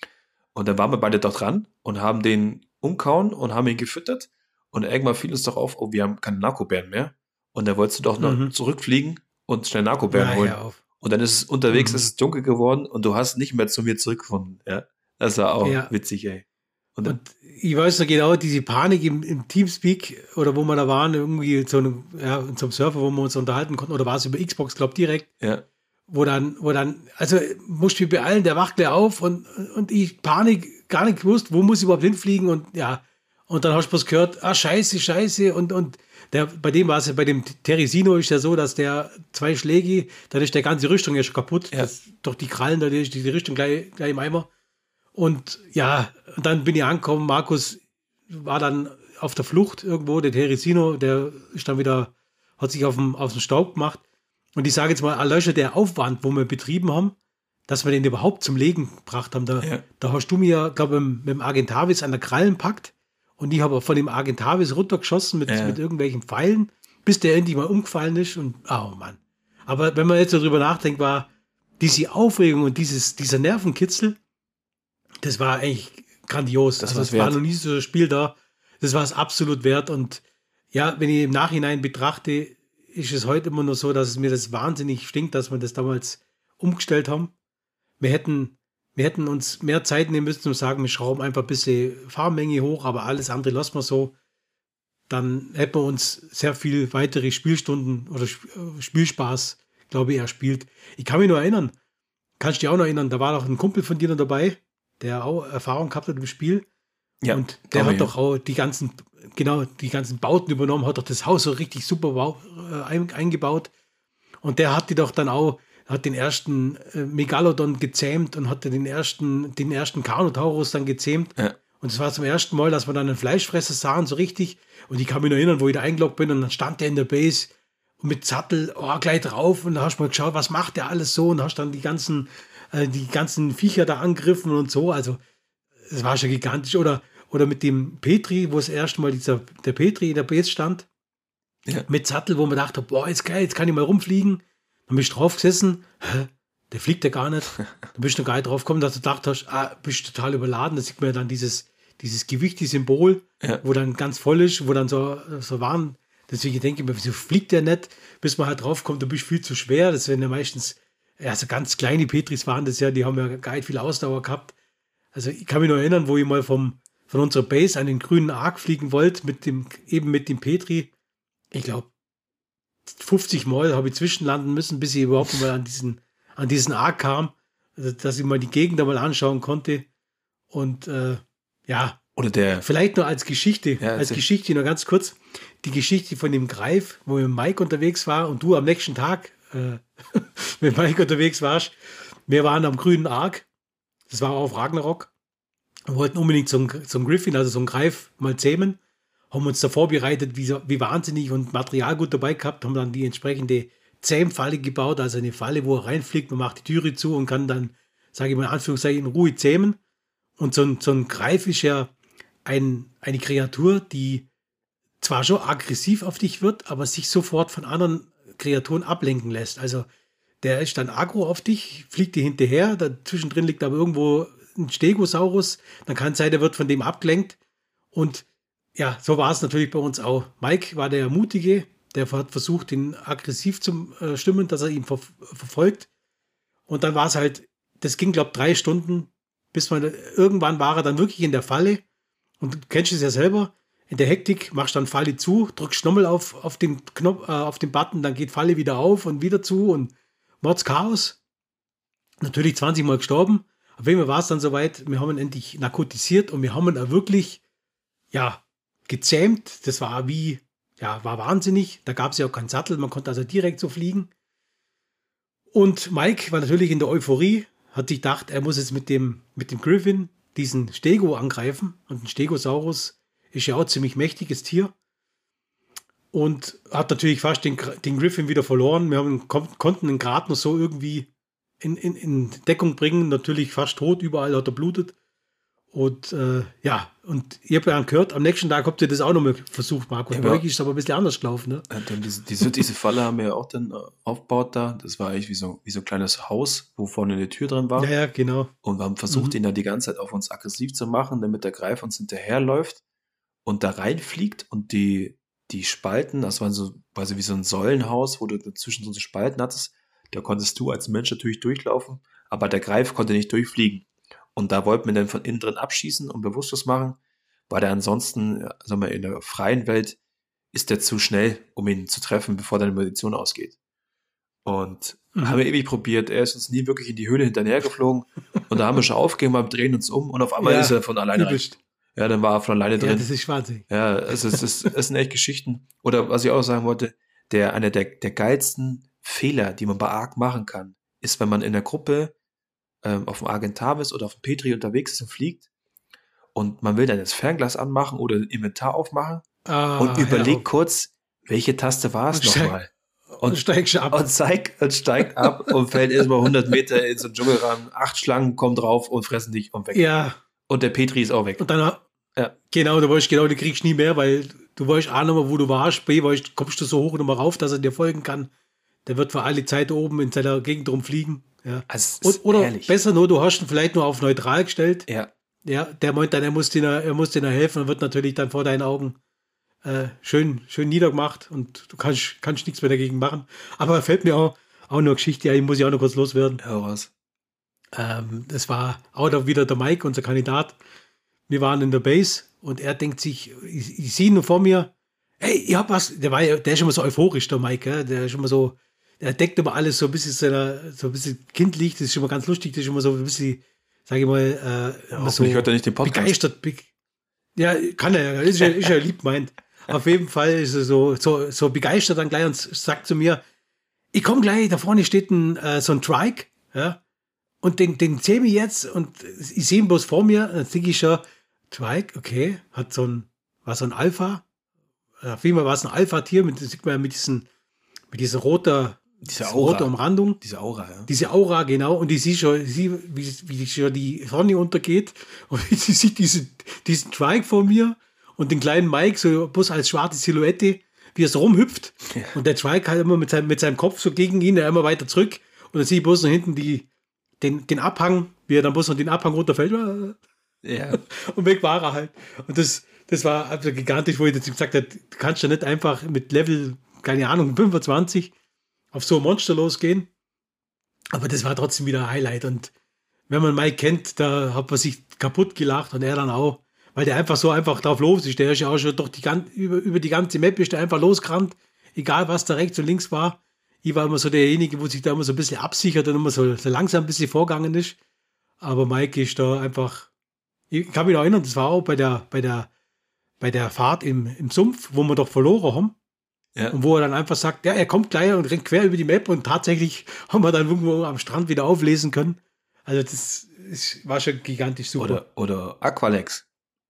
S2: Und dann waren wir beide dort dran und haben den umkauen und haben ihn gefüttert. Und irgendwann fiel uns doch auf, oh, wir haben keine Narkobären mehr. Und da wolltest du doch noch mhm. zurückfliegen und schnell Narkobären
S1: ja,
S2: holen.
S1: Ja,
S2: und dann ist es unterwegs,
S1: mhm.
S2: ist es dunkel geworden und du hast nicht mehr zu mir zurückgefunden. Ja, das war auch
S1: ja.
S2: witzig, ey.
S1: Und, und ich weiß noch genau, diese Panik im, im Teamspeak oder wo wir da waren, irgendwie so einem, ja, in so einem Server, wo wir uns unterhalten konnten, oder war es über Xbox, glaube ich, direkt.
S2: Ja.
S1: Wo dann, wo dann, also musst du beeilen, der wacht gleich auf und, und ich Panik, gar nicht gewusst, wo muss ich überhaupt hinfliegen und ja, und dann hast du bloß gehört, ah, scheiße, scheiße und, und der, bei dem war es ja, bei dem Terizino ist ja so, dass der zwei Schläge, dann ist der ganze Rüstung ja schon kaputt,
S2: ja.
S1: das, durch die Krallen, da ist die Rüstung gleich, gleich im Eimer und ja, und dann bin ich angekommen, Markus war dann auf der Flucht irgendwo, der Terizino, der ist dann wieder, hat sich auf dem, auf den Staub gemacht. Und ich sage jetzt mal, allein schon der Aufwand, wo wir betrieben haben, dass wir den überhaupt zum Legen gebracht haben. Da,
S2: Ja.
S1: da hast du mir, glaube ich, mit dem Argentavis an der Krallen packt und ich habe von dem Argentavis runtergeschossen mit,
S2: Ja.
S1: mit irgendwelchen Pfeilen, bis der endlich mal umgefallen ist und, oh Mann. Aber wenn man jetzt so drüber nachdenkt, war diese Aufregung und dieses, dieser Nervenkitzel, das war eigentlich grandios.
S2: Das
S1: also
S2: war's
S1: es war
S2: wert.
S1: noch nie so ein Spiel da. Das war es absolut wert. Und ja, wenn ich im Nachhinein betrachte, ist es heute immer nur so, dass es mir das wahnsinnig stinkt, dass wir das damals umgestellt haben. Wir hätten, wir hätten uns mehr Zeit nehmen müssen, um zu sagen, wir schrauben einfach ein bisschen Fahrmenge hoch, aber alles andere lassen wir so. Dann hätten wir uns sehr viel weitere Spielstunden oder Sp- äh, Spielspaß, glaube ich, erspielt. Ich kann mich nur erinnern, kannst du dich auch noch erinnern, da war noch ein Kumpel von dir noch dabei, der auch Erfahrung gehabt hat im Spiel.
S2: Ja,
S1: und der
S2: Tommy.
S1: hat doch auch die ganzen, genau, die ganzen Bauten übernommen, hat doch das Haus so richtig super bau, äh, ein, eingebaut. Und der hat die doch dann auch, hat den ersten äh, Megalodon gezähmt und hatte den ersten, den ersten Carnotaurus dann gezähmt.
S2: Ja.
S1: Und es war zum ersten Mal, dass wir dann einen Fleischfresser sahen, so richtig. Und ich kann mich noch erinnern, wo ich da eingeloggt bin und dann stand der in der Base und mit Sattel, oh, gleich drauf. Und da hast du mal geschaut, was macht der alles so? Und hast dann die ganzen, äh, die ganzen Viecher da angegriffen und so. Also, es war schon gigantisch. Oder, oder mit dem Petri, wo das erste Mal dieser, der Petri in der Base stand,
S2: Ja.
S1: mit Sattel, wo man dachte, boah, jetzt geil, jetzt kann ich mal rumfliegen. Dann bist du drauf gesessen, hä, der fliegt ja gar nicht. Dann bist du noch gar nicht drauf gekommen, dass du gedacht hast, ah, bist total überladen. Da sieht man ja dann dieses, dieses Gewicht, die Symbol,
S2: Ja.
S1: wo dann ganz voll ist, wo dann so, so waren. Deswegen denke ich mir, wieso fliegt der nicht, bis man halt draufkommt, du bist viel zu schwer. Das werden ja meistens, ja, so ganz kleine Petris waren das ja, die haben ja gar nicht viel Ausdauer gehabt. Also ich kann mich noch erinnern, wo ich mal vom, von unserer Base an den grünen Ark fliegen wollte, mit dem, eben mit dem Petri. Ich glaube, fünfzig Mal habe ich zwischenlanden müssen, bis ich überhaupt mal an diesen, an diesen Ark kam, also, dass ich mal die Gegend einmal anschauen konnte. Und äh, ja,
S2: Oder der,
S1: vielleicht nur als Geschichte,
S2: Ja,
S1: als
S2: erzähl.
S1: Geschichte nur ganz kurz, die Geschichte von dem Greif, wo ich mit Mike unterwegs war und du am nächsten Tag äh, mit Mike unterwegs warst. Wir waren am grünen Ark, das war auf Ragnarok, und wollten unbedingt so einen, so einen Griffin, also so einen Greif, mal zähmen. Haben uns da vorbereitet, wie, so- wie wahnsinnig und Material gut dabei gehabt, haben dann die entsprechende Zähmfalle gebaut, also eine Falle, wo er reinfliegt, man macht die Türe zu und kann dann, sage ich mal in Anführungszeichen, in Ruhe zähmen. Und so ein, so ein Greif ist ja ein, eine Kreatur, die zwar schon aggressiv auf dich wird, aber sich sofort von anderen Kreaturen ablenken lässt. Also der ist dann aggro auf dich, fliegt dir hinterher, dazwischen drin liegt aber irgendwo ein Stegosaurus, dann kann es sein, der wird von dem abgelenkt. Und ja, so war es natürlich bei uns auch. Mike war der Mutige, der hat versucht, ihn aggressiv zu äh, stimmen, dass er ihn ver verfolgt. Und dann war es halt, das ging, glaube ich, drei Stunden, bis man, irgendwann war er dann wirklich in der Falle. Und du kennst es ja selber, in der Hektik machst du dann Falle zu, drückst nochmal auf, auf den Knopf, äh, auf den Button, dann geht Falle wieder auf und wieder zu und Mords Chaos. Natürlich zwanzig Mal gestorben. Auf jeden Fall war es dann soweit, wir haben ihn endlich narkotisiert und wir haben ihn auch wirklich, ja, gezähmt. Das war wie, ja, war wahnsinnig. Da gab es ja auch keinen Sattel, man konnte also direkt so fliegen. Und Mike war natürlich in der Euphorie, hat sich gedacht, er muss jetzt mit dem, mit dem Griffin diesen Stego angreifen. Und ein Stegosaurus ist ja auch ein ziemlich mächtiges Tier. Und hat natürlich fast den, den Griffin wieder verloren. Wir haben, kon konnten ihn gerade noch so irgendwie in, in, in Deckung bringen. Natürlich fast tot, überall hat er blutet. Und äh, ja, und ihr habt ja gehört, am nächsten Tag habt ihr das auch noch mal versucht, Markus.
S2: Ja,
S1: Bei
S2: aber-
S1: euch ist es aber ein bisschen anders gelaufen, ne?
S2: äh, dann diese, diese, diese Falle haben wir ja auch dann äh, aufgebaut da. Das war eigentlich wie so, wie so ein kleines Haus, wo vorne eine Tür drin war.
S1: Ja, ja, genau.
S2: Und wir haben versucht,
S1: Mhm.
S2: ihn dann die ganze Zeit auf uns aggressiv zu machen, damit der Greif uns hinterherläuft und da reinfliegt und die, die Spalten, das waren so quasi wie so ein Säulenhaus, wo du dazwischen so Spalten hattest, da konntest du als Mensch natürlich durchlaufen, aber der Greif konnte nicht durchfliegen. Und da wollten wir dann von innen drin abschießen und bewusstlos machen, weil der ansonsten, ja, sagen wir, in der freien Welt ist der zu schnell, um ihn zu treffen, bevor deine Munition ausgeht. Und
S1: Mhm.
S2: haben wir ewig probiert, er ist uns nie wirklich in die Höhle hinterher geflogen. Und da haben wir schon aufgegeben, wir drehen uns um und auf einmal
S1: Ja,
S2: ist er von alleine rein.
S1: Übelst.
S2: Ja, dann war er von alleine
S1: Ja,
S2: drin.
S1: das ist wahnsinnig.
S2: Ja, es, ist, es, es sind echt Geschichten. Oder was ich auch sagen wollte, der, einer der, der geilsten Fehler, die man bei Ark machen kann, ist, wenn man in der Gruppe ähm, auf dem Argentavis oder auf dem Petri unterwegs ist und fliegt und man will dann das Fernglas anmachen oder ein Inventar aufmachen
S1: Ah,
S2: und überlegt
S1: ja,
S2: kurz, welche Taste war es
S1: Und steig-
S2: nochmal?
S1: und steigst ab.
S2: Und, zeig, und steigt ab und fällt erstmal hundert Meter in so einen Dschungel ran. Acht Schlangen kommen drauf und fressen dich und weg.
S1: Ja.
S2: Und der Petri ist auch weg.
S1: Und dann,
S2: ja.
S1: genau, du weißt genau, du kriegst nie mehr, weil du weißt A nochmal, wo du warst, B, weißt, kommst du so hoch nochmal rauf, dass er dir folgen kann. Der wird für alle Zeit oben in seiner Gegend rumfliegen. Ja.
S2: Also
S1: und, oder
S2: herrlich.
S1: besser nur, du hast ihn vielleicht nur auf neutral gestellt.
S2: Ja.
S1: Ja, der meint dann, er muss dir, er muss dir helfen und wird natürlich dann vor deinen Augen äh, schön, schön niedergemacht und du kannst, kannst nichts mehr dagegen machen. Aber fällt mir auch, auch nur Geschichte ein, muss ich auch noch kurz loswerden.
S2: Ja, was?
S1: Ähm, das war auch da wieder der Mike, unser Kandidat. Wir waren in der Base und er denkt sich, ich, ich sehe ihn nur vor mir, hey, ich hab was, der war ja, der ist immer so euphorisch, der Mike, ja? Der ist immer so, der deckt immer alles so ein bisschen seiner, so ein bisschen kindlich, das ist immer ganz lustig, das ist immer so ein bisschen, sag ich mal, äh,
S2: ja,
S1: so
S2: hört er nicht den Podcast.
S1: Begeistert. Be ja, kann er ja, ist ja, ist ja lieb meint. Auf jeden Fall ist er so, so, so begeistert dann gleich und sagt zu mir, ich komme gleich, da vorne steht ein, äh, so ein Trike, ja, und den, den sehe ich jetzt und ich sehe ihn bloß vor mir, dann denke ich schon, Trike, okay, hat so ein, war so ein Alpha, auf jeden Fall war es ein Alpha-Tier, mit, sieht man mit diesen, mit dieser roter,
S2: diese Aura.
S1: rote Umrandung.
S2: Diese Aura, ja.
S1: Diese Aura, genau, und die sieht schon, sie, wie, wie schon die Sonne untergeht und sie sieht diese, diesen Trike vor mir und den kleinen Mike so bloß als schwarze Silhouette, wie er so rumhüpft. Ja. Und der Trike halt immer mit seinem, mit seinem Kopf so gegen ihn, der immer weiter zurück. Und dann sehe ich bloß noch hinten die, den, den Abhang, wie er dann bloß noch den Abhang runterfällt.
S2: Ja.
S1: Und weg war er halt. Und das, das war also gigantisch, wo ich dazu gesagt habe, du kannst ja nicht einfach mit Level, keine Ahnung, fünfundzwanzig auf so ein Monster losgehen. Aber das war trotzdem wieder ein Highlight. Und wenn man Mike kennt, da hat man sich kaputt gelacht und er dann auch. Weil der einfach so einfach drauf los ist. Der ist ja auch schon durch die, über, über die ganze Map ist der einfach losgerannt. Egal, was da rechts und links war. Ich war immer so derjenige, wo sich da immer so ein bisschen absichert und immer so, so langsam ein bisschen vorgegangen ist. Aber Mike ist da einfach, ich kann mich noch erinnern, das war auch bei der, bei der, bei der Fahrt im, im Sumpf, wo wir doch verloren haben. Ja. Und wo er dann einfach sagt, ja, er kommt gleich und rennt quer über die Map und tatsächlich haben wir dann irgendwo am Strand wieder auflesen können. Also das ist, war schon gigantisch super.
S2: Oder, oder Aqualex.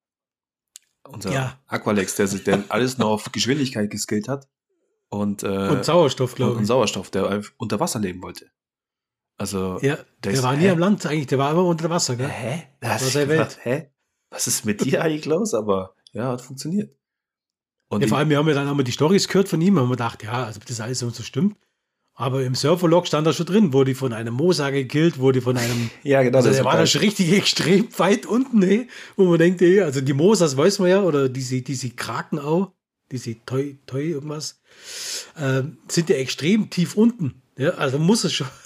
S2: Unser
S1: ja.
S2: Aqualex, der, der alles nur auf Geschwindigkeit geskillt hat. Und, äh,
S1: und Sauerstoff, glaube ich.
S2: Und Sauerstoff, der unter Wasser leben wollte. Also,
S1: ja, der, der ist, war nie hä? am Land eigentlich, der war immer unter Wasser, gell?
S2: Hä?
S1: Das war seine Welt.
S2: Hä? Was ist mit dir eigentlich los? Aber ja, hat funktioniert.
S1: Und ja, vor allem, wir haben ja dann haben wir die Storys gehört von ihm und haben gedacht, ja, also das alles so stimmt. Aber im Surferlog stand da schon drin, wurde von einem Mosa gekillt, wurde von einem.
S2: ja, genau.
S1: Also der war da schon richtig extrem weit unten, ey, wo man denkt, ey, also die Mosas weiß man ja, oder diese, diese Kraken auch, diese Toi, Toi irgendwas, äh, sind ja extrem tief unten. Ja, also muss es schon.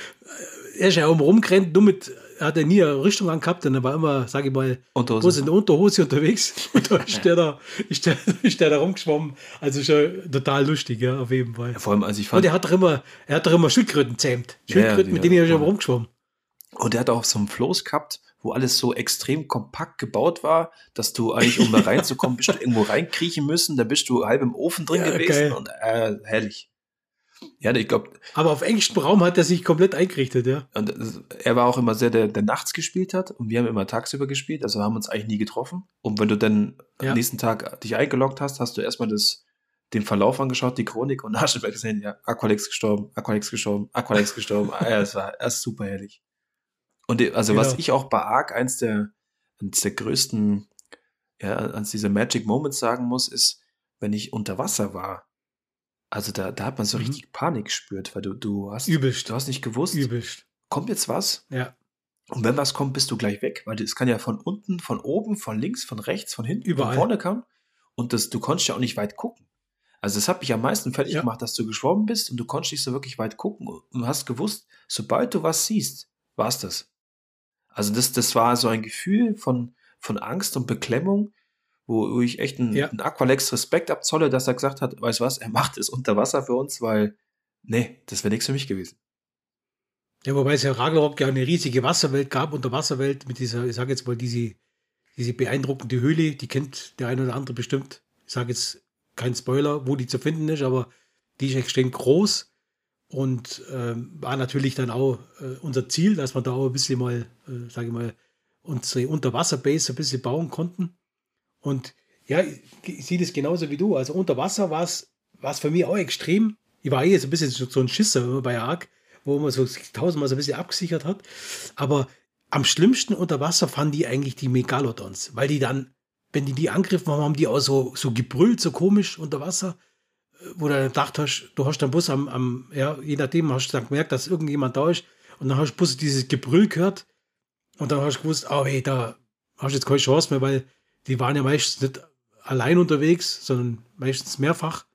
S1: Er ist ja oben rumgerannt, nur mit, er hat ja nie eine Richtung angehabt und er war immer, sag ich mal, bloß in der Unterhose unterwegs. Und da ist der da, ist der, ist der da rumgeschwommen. Also schon total lustig, ja, auf jeden Fall.
S2: Ja, vor allem, als ich fand.
S1: Und er hat doch immer, er hat doch immer Schildkröten zähmt. Schildkröten, ja, ja, mit denen er schon rumgeschwommen.
S2: Und er hat auch so einen Floß gehabt, wo alles so extrem kompakt gebaut war, dass du eigentlich, um da reinzukommen, bist du irgendwo reinkriechen müssen, da bist du halb im Ofen drin ja, gewesen geil. Und äh, herrlich. Ja, ich glaube.
S1: Aber auf engstem Raum hat er sich komplett eingerichtet, ja.
S2: Und er war auch immer sehr, der, der nachts gespielt hat und wir haben immer tagsüber gespielt, also haben uns eigentlich nie getroffen. Und wenn du dann ja. am nächsten Tag dich eingeloggt hast, hast du erstmal das, den Verlauf angeschaut, die Chronik und hast du gesehen, ja, Aqualex gestorben, Aqualex gestorben, Aqualex gestorben. Ah, ja, das war erst super herrlich. Und also genau. Was ich auch bei Ark eins der, eins der größten, ja, eins dieser Magic Moments sagen muss, ist, wenn ich unter Wasser war. Also da, da hat man so mhm. richtig Panik gespürt, weil du, du hast,
S1: Übelst.
S2: du hast nicht gewusst,
S1: Übelst.
S2: Kommt jetzt was?
S1: Ja.
S2: Und wenn was kommt, bist du gleich weg, weil es kann ja von unten, von oben, von links, von rechts, von hinten,
S1: überall.
S2: Von vorne kommen. Und das, du konntest ja auch nicht weit gucken. Also das hat mich am meisten fertig ja. gemacht, dass du geschwommen bist und du konntest nicht so wirklich weit gucken und hast gewusst, sobald du was siehst, war es das. Also das, das war so ein Gefühl von, von Angst und Beklemmung, wo ich echt einen, ja. einen Aqualex Respekt abzolle, dass er gesagt hat, weißt du was, er macht es unter Wasser für uns, weil, nee, das wäre nichts für mich gewesen.
S1: Ja, wobei es ja Ragnarok ja eine riesige Wasserwelt gab, Unterwasserwelt mit dieser, ich sage jetzt mal, diese, diese beeindruckende Höhle, die kennt der eine oder andere bestimmt. Ich sage jetzt kein Spoiler, wo die zu finden ist, aber die ist extrem groß und ähm, war natürlich dann auch äh, unser Ziel, dass wir da auch ein bisschen mal, äh, sage ich mal, unsere Unterwasserbase ein bisschen bauen konnten. Und ja, ich, ich sehe das genauso wie du. Also unter Wasser war es für mich auch extrem. ich war eh so ein bisschen so, so ein Schisser immer bei Ark, wo man so sich tausendmal so ein bisschen abgesichert hat. Aber am schlimmsten unter Wasser fanden die eigentlich die Megalodons, weil die dann, wenn die die angegriffen haben, haben die auch so, so gebrüllt, so komisch unter Wasser, äh, wo du dann gedacht hast, du hast dann bloß am, am ja, je nachdem hast du dann gemerkt, dass irgendjemand da ist und dann hast du bloß dieses Gebrüll gehört und dann hast du gewusst, oh hey, da hast du jetzt keine Chance mehr, weil die waren ja meistens nicht allein unterwegs, sondern meistens mehrfach.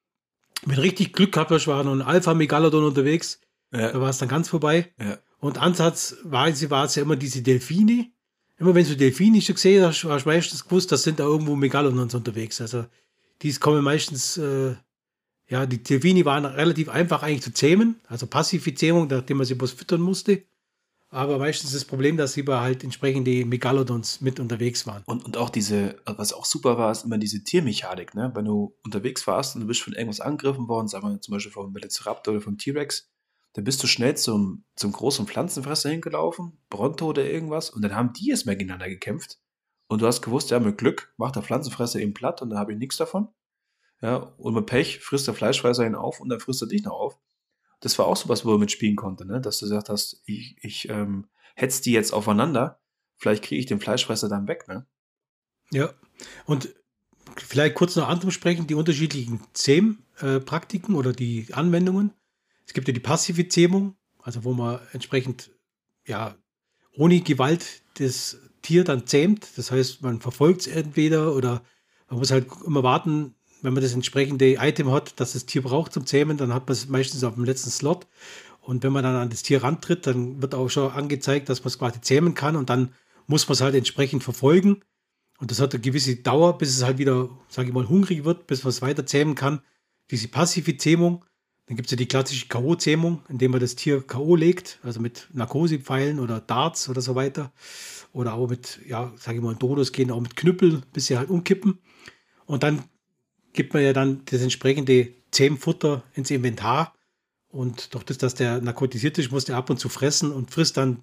S1: Wenn du richtig Glück gehabt hast, war noch ein Alpha-Megalodon unterwegs,
S2: Ja,
S1: da war es dann ganz vorbei.
S2: ja.
S1: Und ansatzweise war es ja immer diese Delfine. Immer wenn du Delfine schon gesehen hast, hast du meistens gewusst, das sind da irgendwo Megalodons unterwegs. Also die kommen meistens, äh, ja, die Delfine waren relativ einfach eigentlich zu zähmen, also passive Zähmung, nachdem man sie bloß füttern musste. Aber meistens das Problem, dass sie halt entsprechend die Megalodons mit unterwegs waren.
S2: Und, und auch diese, was auch super war, ist immer diese Tiermechanik, ne? Wenn du unterwegs warst und du bist von irgendwas angegriffen worden, sagen wir zum Beispiel vom Velociraptor oder vom T-Rex, dann bist du schnell zum, zum großen Pflanzenfresser hingelaufen, Bronto oder irgendwas, und dann haben die erstmal gegeneinander gekämpft. Und du hast gewusst, ja, mit Glück macht der Pflanzenfresser eben platt und dann habe ich nichts davon. Ja, und mit Pech frisst der Fleischfresser ihn auf und dann frisst er dich noch auf. Das war auch sowas, wo er mitspielen konnte, ne? Dass du gesagt hast, ich, ich ähm, hetz die jetzt aufeinander, vielleicht kriege ich den Fleischfresser dann weg, ne?
S1: Ja, und vielleicht kurz noch anderem sprechen, die unterschiedlichen Zähm-Praktiken oder die Anwendungen. Es gibt ja die passive Zähmung, also wo man entsprechend ja ohne Gewalt das Tier dann zähmt. Das heißt, man verfolgt es entweder oder man muss halt immer warten, wenn man das entsprechende Item hat, das das Tier braucht zum Zähmen, dann hat man es meistens auf dem letzten Slot. Und wenn man dann an das Tier rantritt, dann wird auch schon angezeigt, dass man es quasi zähmen kann und dann muss man es halt entsprechend verfolgen. Und das hat eine gewisse Dauer, bis es halt wieder, sage ich mal, hungrig wird, bis man es weiter zähmen kann. Diese passive Zähmung. Dann gibt es ja die klassische K O-Zähmung, indem man das Tier K O legt, also mit Narkosepfeilen oder Darts oder so weiter. Oder auch mit, ja, sage ich mal, Dodos gehen auch mit Knüppel, bis sie halt umkippen. Und dann gibt man ja dann das entsprechende Zähmfutter ins Inventar. Und durch das, dass der narkotisiert ist, muss der ab und zu fressen und frisst dann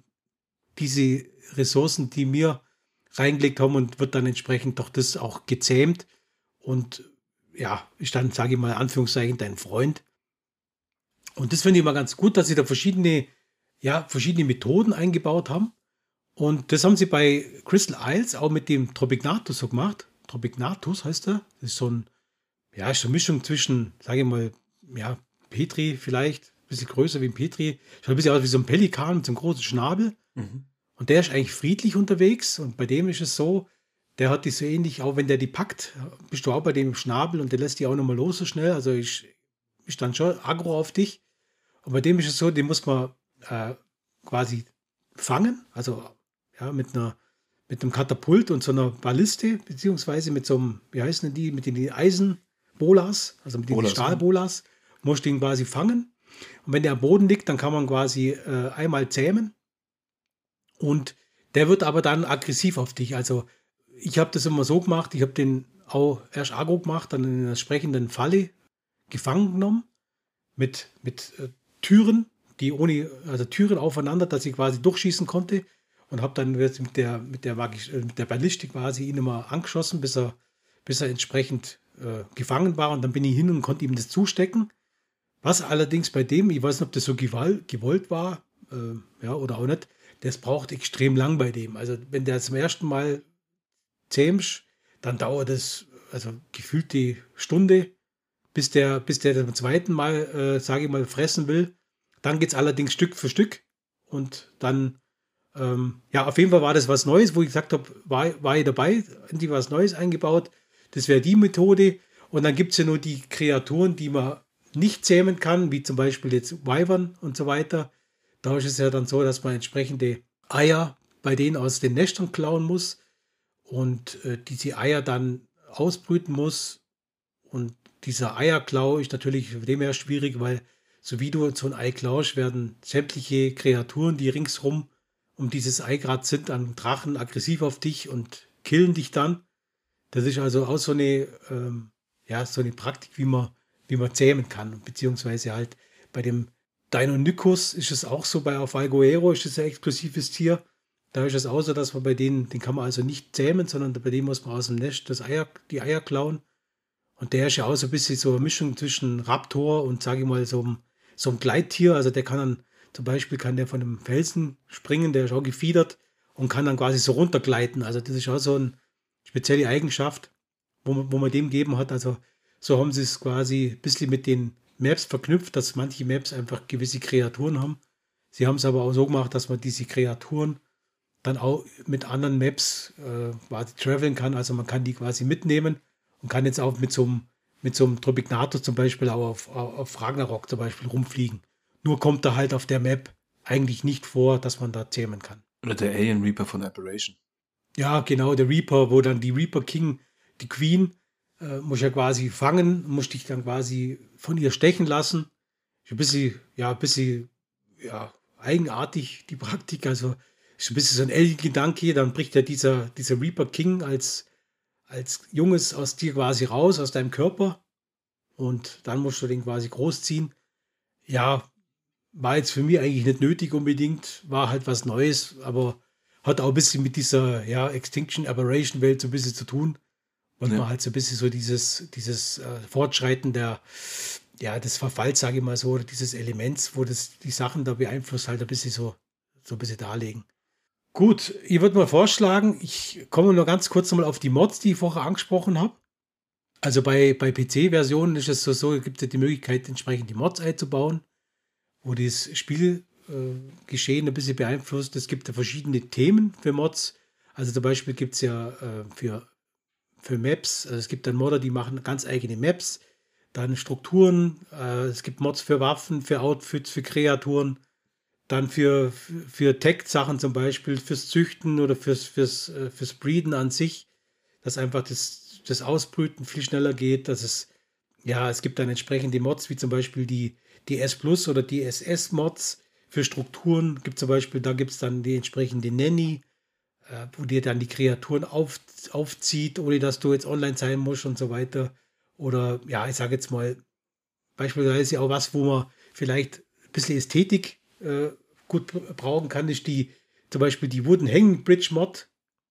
S1: diese Ressourcen, die wir reingelegt haben und wird dann entsprechend durch das auch gezähmt. Und ja, ist dann, sage ich mal, in Anführungszeichen, dein Freund. Und das finde ich mal ganz gut, dass sie da verschiedene, ja, verschiedene Methoden eingebaut haben. Und das haben sie bei Crystal Isles auch mit dem Tropignatus so gemacht. Tropignatus heißt er. Das ist so ein, ja, ist so eine Mischung zwischen, sage ich mal, ja, Petri vielleicht, ein bisschen größer wie ein Petri. Schaut ein bisschen aus wie so ein Pelikan mit so einem großen Schnabel.
S2: Mhm.
S1: Und der ist eigentlich friedlich unterwegs. Und bei dem ist es so, der hat die so ähnlich, auch wenn der die packt, bist du auch bei dem Schnabel und der lässt die auch nochmal los so schnell. Also ich, ich dann schon aggro auf dich. Und bei dem ist es so, den muss man äh, quasi fangen, also ja, mit einer mit einem Katapult und so einer Balliste, beziehungsweise mit so einem, wie heißen die, mit den Eisenbolas, also mit den
S2: Bolas,
S1: Stahlbolas, musst du ihn quasi fangen. Und wenn der am Boden liegt, dann kann man quasi äh, einmal zähmen. Und der wird aber dann aggressiv auf dich. Also ich habe das immer so gemacht, ich habe den auch erst aggro gemacht, dann in einer entsprechenden Falle gefangen genommen, mit, mit äh, Türen, die ohne, also Türen aufeinander, dass ich quasi durchschießen konnte und habe dann mit der, mit der, Magisch, äh, mit der Ballistik quasi ihn immer angeschossen, bis er, bis er entsprechend äh, gefangen war und dann bin ich hin und konnte ihm das zustecken. Was allerdings bei dem, ich weiß nicht, ob das so gewollt, gewollt war, äh, ja, oder auch nicht, das braucht extrem lang bei dem. Also wenn der zum ersten Mal zähmst, dann dauert es, also gefühlt die Stunde, bis der, bis der zum zweiten Mal, äh, sage ich mal, fressen will. Dann geht es allerdings Stück für Stück. Und dann, ähm, ja, auf jeden Fall war das was Neues, wo ich gesagt habe, war, war ich dabei, endlich was Neues eingebaut. Das wäre die Methode. Und dann gibt es ja nur die Kreaturen, die man nicht zähmen kann, wie zum Beispiel jetzt Wyvern und so weiter. Da ist es ja dann so, dass man entsprechende Eier bei denen aus den Nestern klauen muss und äh, diese Eier dann ausbrüten muss. Und dieser Eierklau ist natürlich für dem her schwierig, weil so wie du so ein Ei klaust, werden sämtliche Kreaturen, die ringsrum um dieses Ei gerade sind, an Drachen aggressiv auf dich und killen dich dann. Das ist also auch so eine, ähm, ja, so eine Praktik, wie man, wie man zähmen kann. Beziehungsweise halt bei dem Deinonychus ist es auch so, bei Alfaguero ist es ein exklusives Tier. Da ist es auch so, dass man bei denen, den kann man also nicht zähmen, sondern bei dem muss man aus dem Nest das Eier, die Eier klauen. Und der ist ja auch so ein bisschen so eine Mischung zwischen Raptor und, sage ich mal, so einem, so einem Gleittier. Also der kann dann, zum Beispiel kann der von einem Felsen springen, der ist auch gefiedert und kann dann quasi so runtergleiten. Also das ist auch so eine spezielle Eigenschaft, wo man, wo man dem gegeben hat. Also so haben sie es quasi ein bisschen mit den Maps verknüpft, dass manche Maps einfach gewisse Kreaturen haben. Sie haben es aber auch so gemacht, dass man diese Kreaturen dann auch mit anderen Maps äh, quasi traveln kann. Also man kann die quasi mitnehmen und kann jetzt auch mit so einem, mit so einem Tropignatus zum Beispiel auch auf, auf, auf Ragnarok zum Beispiel rumfliegen. Nur kommt da halt auf der Map eigentlich nicht vor, dass man da zähmen kann.
S2: Oder der Alien Reaper von Aberration.
S1: Ja, genau, der Reaper, wo dann die Reaper King, die Queen, äh, muss ja quasi fangen, muss dich dann quasi von ihr stechen lassen. Ist ein bisschen, ja, ein bisschen, ja, eigenartig, die Praktik. Also ist ein bisschen so ein Alien-Gedanke. Dann bricht ja dieser, dieser Reaper King als, als Junges aus dir quasi raus, aus deinem Körper. Und dann musst du den quasi großziehen. Ja, war jetzt für mich eigentlich nicht nötig unbedingt. War halt was Neues, aber hat auch ein bisschen mit dieser, ja, Extinction Aberration Welt so ein bisschen zu tun. Und
S2: Ja.
S1: man halt so ein bisschen so dieses, dieses äh, Fortschreiten der, ja, des Verfalls, sage ich mal so, oder dieses Elements, wo das die Sachen da beeinflusst, halt ein bisschen so, so ein bisschen darlegen. Gut, ich würde mal vorschlagen, ich komme nur ganz kurz nochmal auf die Mods, die ich vorher angesprochen habe. Also bei, bei P C-Versionen ist es so, so gibt es ja die Möglichkeit, entsprechend die Mods einzubauen, wo das Spielgeschehen äh, Geschehen ein bisschen beeinflusst. Es gibt ja verschiedene Themen für Mods. Also zum Beispiel gibt es ja äh, für, für Maps, also es gibt dann Modder, die machen ganz eigene Maps, dann Strukturen, äh, es gibt Mods für Waffen, für Outfits, für Kreaturen, dann für, für Tech-Sachen zum Beispiel, fürs Züchten oder fürs, fürs, äh, fürs Breeden an sich, dass einfach das, das Ausbrüten viel schneller geht, dass es, ja, es gibt dann entsprechende Mods, wie zum Beispiel die, die S Plus oder die S S-Mods für Strukturen, gibt zum Beispiel, da gibt es dann die entsprechende Nanny, äh, wo dir dann die Kreaturen auf, aufzieht, ohne dass du jetzt online sein musst und so weiter. Oder, ja, ich sage jetzt mal, beispielsweise auch was, wo man vielleicht ein bisschen Ästhetik äh, gut brauchen kann, ist die, zum Beispiel die Wooden Hanging Bridge Mod,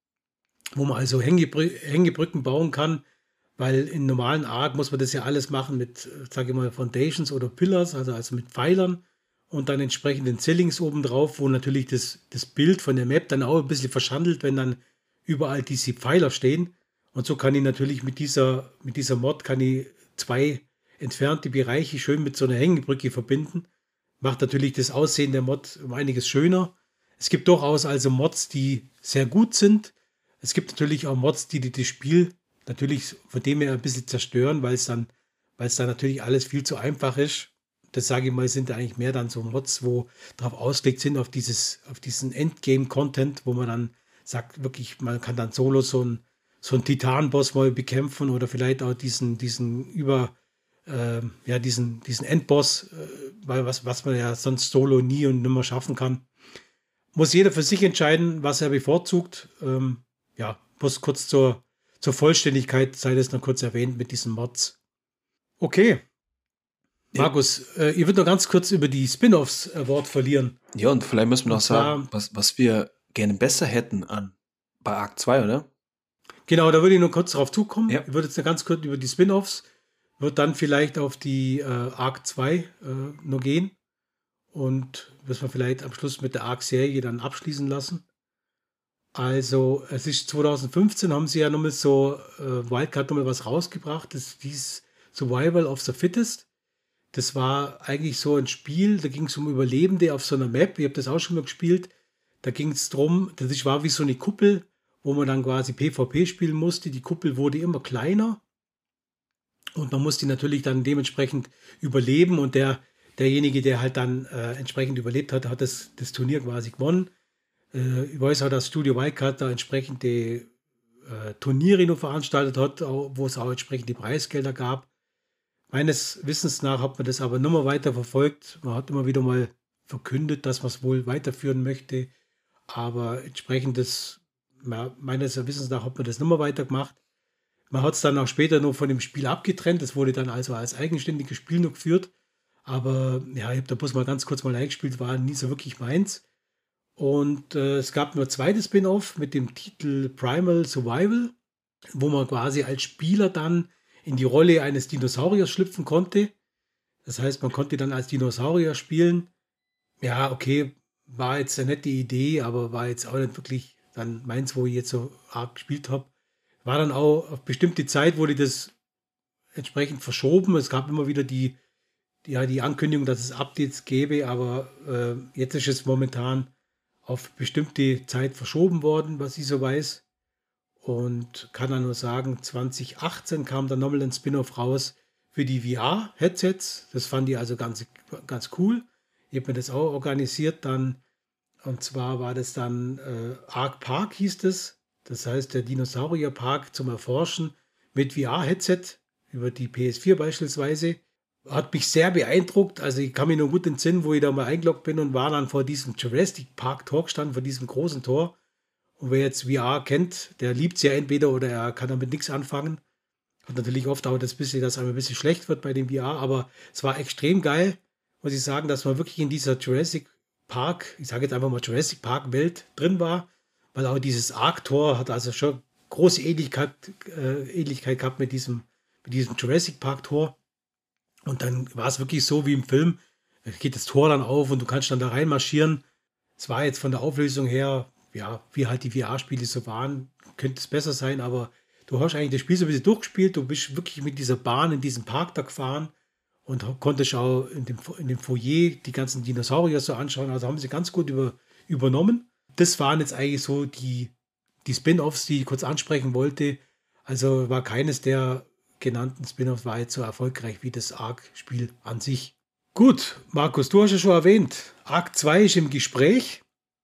S1: wo man also Hängebrü Hängebrücken bauen kann, weil in normalen Arc muss man das ja alles machen mit, sage ich mal, Foundations oder Pillars, also, also mit Pfeilern und dann entsprechenden Ceilings oben drauf, wo natürlich das, das Bild von der Map dann auch ein bisschen verschandelt, wenn dann überall diese Pfeiler stehen. Und so kann ich natürlich mit dieser, mit dieser Mod kann ich zwei entfernte Bereiche schön mit so einer Hängebrücke verbinden. Macht natürlich das Aussehen der Mod um einiges schöner. Es gibt durchaus also Mods, die sehr gut sind. Es gibt natürlich auch Mods, die, die das Spiel natürlich von dem her ein bisschen zerstören, weil es dann, weil es dann natürlich alles viel zu einfach ist. Das sage ich mal, sind eigentlich mehr dann so Mods, wo darauf ausgelegt sind, auf dieses, auf diesen Endgame-Content, wo man dann sagt, wirklich, man kann dann solo so einen so einen Titan-Boss mal bekämpfen oder vielleicht auch diesen, diesen über, äh, ja, diesen, diesen Endboss, äh, weil was, was man ja sonst solo nie und nimmer schaffen kann. Muss jeder für sich entscheiden, was er bevorzugt. Ähm, ja, muss kurz zur, zur Vollständigkeit, sei das noch kurz erwähnt mit diesen Mods. Okay. Markus, äh, ihr würdet noch ganz kurz über die Spin-Offs äh, Wort verlieren.
S2: Ja, und vielleicht müssen wir noch
S1: Und zwar-
S2: sagen, was, was wir gerne besser hätten an bei Arc zwei, oder?
S1: Genau, da würde ich nur kurz drauf zukommen.
S2: Ja.
S1: Ich würde jetzt noch ganz kurz über die Spin-Offs, wird dann vielleicht auf die äh, Arc zwei äh, nur gehen und müssen wir vielleicht am Schluss mit der Arc-Serie dann abschließen lassen. Also, es ist zwanzig fünfzehn, haben sie ja nochmal so, äh, Wildcard nochmal was rausgebracht, das hieß Survival of the Fittest. Das war eigentlich so ein Spiel, da ging es um Überlebende auf so einer Map. Ich habe das auch schon mal gespielt. Da ging es darum, das war wie so eine Kuppel, wo man dann quasi PvP spielen musste. Die Kuppel wurde immer kleiner und man musste natürlich dann dementsprechend überleben und der, derjenige, der halt dann äh, entsprechend überlebt hat, hat das, das Turnier quasi gewonnen. Äh, ich weiß auch, dass Studio Wildcard da entsprechende äh, Turniere noch veranstaltet hat, auch, wo es auch entsprechende Preisgelder gab. Meines Wissens nach hat man das aber nicht mehr weiter verfolgt. Man hat immer wieder mal verkündet, dass man es wohl weiterführen möchte, aber entsprechendes, meines Wissens nach hat man das nicht mehr weitergemacht. Man hat es dann auch später noch von dem Spiel abgetrennt. Es wurde dann also als eigenständiges Spiel noch geführt. Aber ja, ich habe da bloß mal ganz kurz mal eingespielt, war nie so wirklich meins. Und äh, es gab nur ein zweites Spin-off mit dem Titel Primal Survival, wo man quasi als Spieler dann in die Rolle eines Dinosauriers schlüpfen konnte. Das heißt, man konnte dann als Dinosaurier spielen. Ja, okay, war jetzt eine nette Idee, aber war jetzt auch nicht wirklich dann meins, wo ich jetzt so arg gespielt habe. War dann auch auf bestimmte Zeit wurde das entsprechend verschoben. Es gab immer wieder die, die, ja, die Ankündigung, dass es Updates gäbe, aber äh, jetzt ist es momentan auf bestimmte Zeit verschoben worden, was ich so weiß. Und kann dann nur sagen, zwanzig achtzehn kam dann nochmal ein Spin-off raus für die V R-Headsets. Das fand ich also ganz, ganz cool. Ich habe mir das auch organisiert dann. Und zwar war das dann äh, Ark Park hieß es. Das heißt, der Dinosaurierpark zum Erforschen mit V R-Headset über die P S vier beispielsweise. Hat mich sehr beeindruckt. Also ich kann mich noch gut entsinnen, wo ich da mal eingeloggt bin und war dann vor diesem Jurassic Park Tor gestanden, vor diesem großen Tor. Und wer jetzt V R kennt, der liebt es ja entweder oder er kann damit nichts anfangen. Hat natürlich oft auch das bisschen, dass einem ein bisschen schlecht wird bei dem V R, aber es war extrem geil, muss ich sagen, dass man wirklich in dieser Jurassic Park, ich sage jetzt einfach mal Jurassic Park Welt drin war, weil auch dieses Ark-Tor hat also schon große Ähnlichkeit, äh, Ähnlichkeit gehabt mit diesem, mit diesem Jurassic Park Tor. Und dann war es wirklich so wie im Film, da geht das Tor dann auf und du kannst dann da reinmarschieren. Es war jetzt von der Auflösung her, ja, wie halt die V R-Spiele so waren, könnte es besser sein, aber du hast eigentlich das Spiel so ein bisschen durchgespielt, du bist wirklich mit dieser Bahn in diesem Park da gefahren und konntest auch in dem, in dem Foyer die ganzen Dinosaurier so anschauen, also haben sie ganz gut über, übernommen. Das waren jetzt eigentlich so die, die Spin-Offs, die ich kurz ansprechen wollte, also war keines der genannten Spin-Offs war jetzt so erfolgreich wie das Ark-Spiel an sich. Gut, Markus, du hast ja schon erwähnt, Ark zwei ist im Gespräch,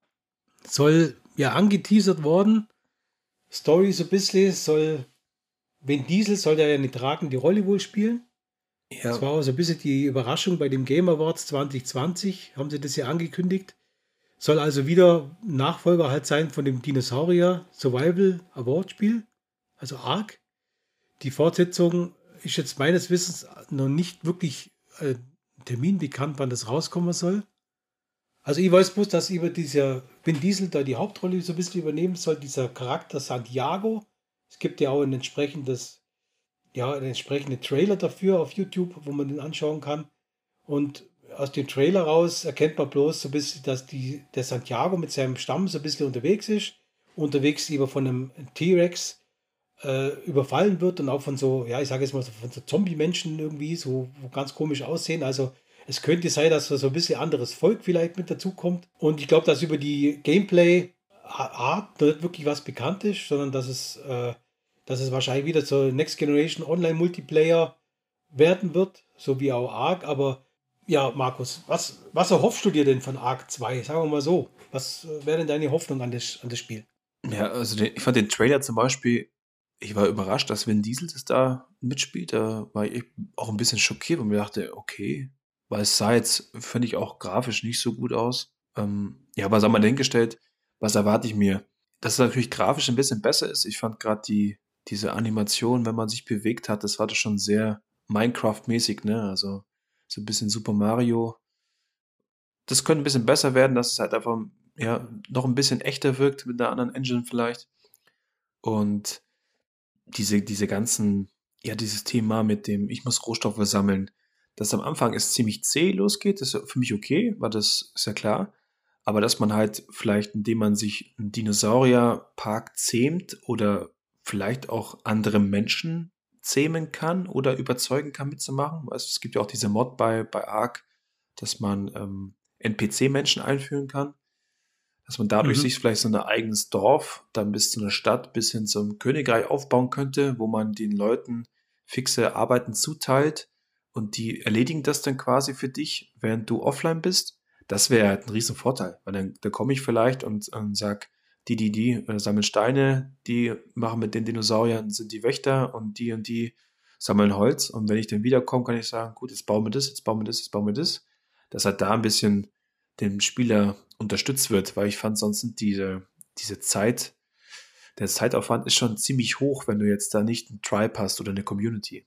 S1: soll ja angeteasert worden. Story so ein bisschen soll, Vin Diesel soll ja eine tragende Rolle wohl spielen. Ja. Das war auch so ein bisschen die Überraschung bei dem Game Awards zwanzig zwanzig, haben sie das ja angekündigt. Soll also wieder Nachfolger halt sein von dem Dinosaurier Survival Award Spiel, also Ark. Die Fortsetzung ist jetzt meines Wissens noch nicht wirklich äh, Termin bekannt, wann das rauskommen soll. Also ich weiß bloß, dass über dieser Vin Diesel da die Hauptrolle so ein bisschen übernehmen soll, dieser Charakter Santiago. Es gibt ja auch ein entsprechendes, ja, einen entsprechenden Trailer dafür auf YouTube, wo man den anschauen kann. Und aus dem Trailer raus erkennt man bloß so ein bisschen, dass die, der Santiago mit seinem Stamm so ein bisschen unterwegs ist. Unterwegs über von einem T-Rex äh, überfallen wird und auch von so, ja, ich sage jetzt mal so, von so Zombie-Menschen irgendwie, so wo ganz komisch aussehen. Also es könnte sein, dass so ein bisschen anderes Volk vielleicht mit dazukommt. Und ich glaube, dass über die Gameplay-Art nicht wirklich was bekannt ist, sondern dass es, äh, dass es wahrscheinlich wieder so Next Generation Online-Multiplayer werden wird, so wie auch Ark. Aber ja, Markus, was, was erhoffst du dir denn von Ark zwei? Sagen wir mal so. Was wäre denn deine Hoffnung an das, an das Spiel?
S2: Ja, also den, ich fand den Trailer zum Beispiel, ich war überrascht, dass Vin Diesel das da mitspielt. Da war ich auch ein bisschen schockiert und mir dachte, okay, weil es sah jetzt, finde ich, auch grafisch nicht so gut aus. Ähm, ja, aber sagen wir mal dahingestellt, was erwarte ich mir? Dass es natürlich grafisch ein bisschen besser ist. Ich fand gerade die, diese Animation, wenn man sich bewegt hat, das war das schon sehr Minecraft-mäßig, ne? Also so ein bisschen Super Mario. Das könnte ein bisschen besser werden, dass es halt einfach ja, noch ein bisschen echter wirkt mit einer anderen Engine vielleicht. Und diese, diese ganzen, ja, dieses Thema mit dem, ich muss Rohstoffe sammeln, dass am Anfang es ziemlich zäh losgeht, ist für mich okay, weil das ist ja klar. Aber dass man halt vielleicht, indem man sich einen Dinosaurierpark zähmt oder vielleicht auch andere Menschen zähmen kann oder überzeugen kann mitzumachen. Also es gibt ja auch diese Mod bei, bei Ark, dass man ähm, N P C-Menschen einführen kann. Dass man dadurch mhm. sich vielleicht so ein eigenes Dorf, dann bis zu einer Stadt, bis hin zum Königreich aufbauen könnte, wo man den Leuten fixe Arbeiten zuteilt und die erledigen das dann quasi für dich, während du offline bist. Das wäre halt ein riesen Vorteil, weil dann, dann komme ich vielleicht und, und sag, die, die, die äh, sammeln Steine, die machen mit den Dinosauriern, sind die Wächter und die und die sammeln Holz. Und wenn ich dann wiederkomme, kann ich sagen, gut, jetzt bauen wir das, jetzt bauen wir das, jetzt bauen wir das. Dass halt da ein bisschen dem Spieler unterstützt wird, weil ich fand, sonst sind diese, diese Zeit, der Zeitaufwand ist schon ziemlich hoch, wenn du jetzt da nicht einen Tribe hast oder eine Community.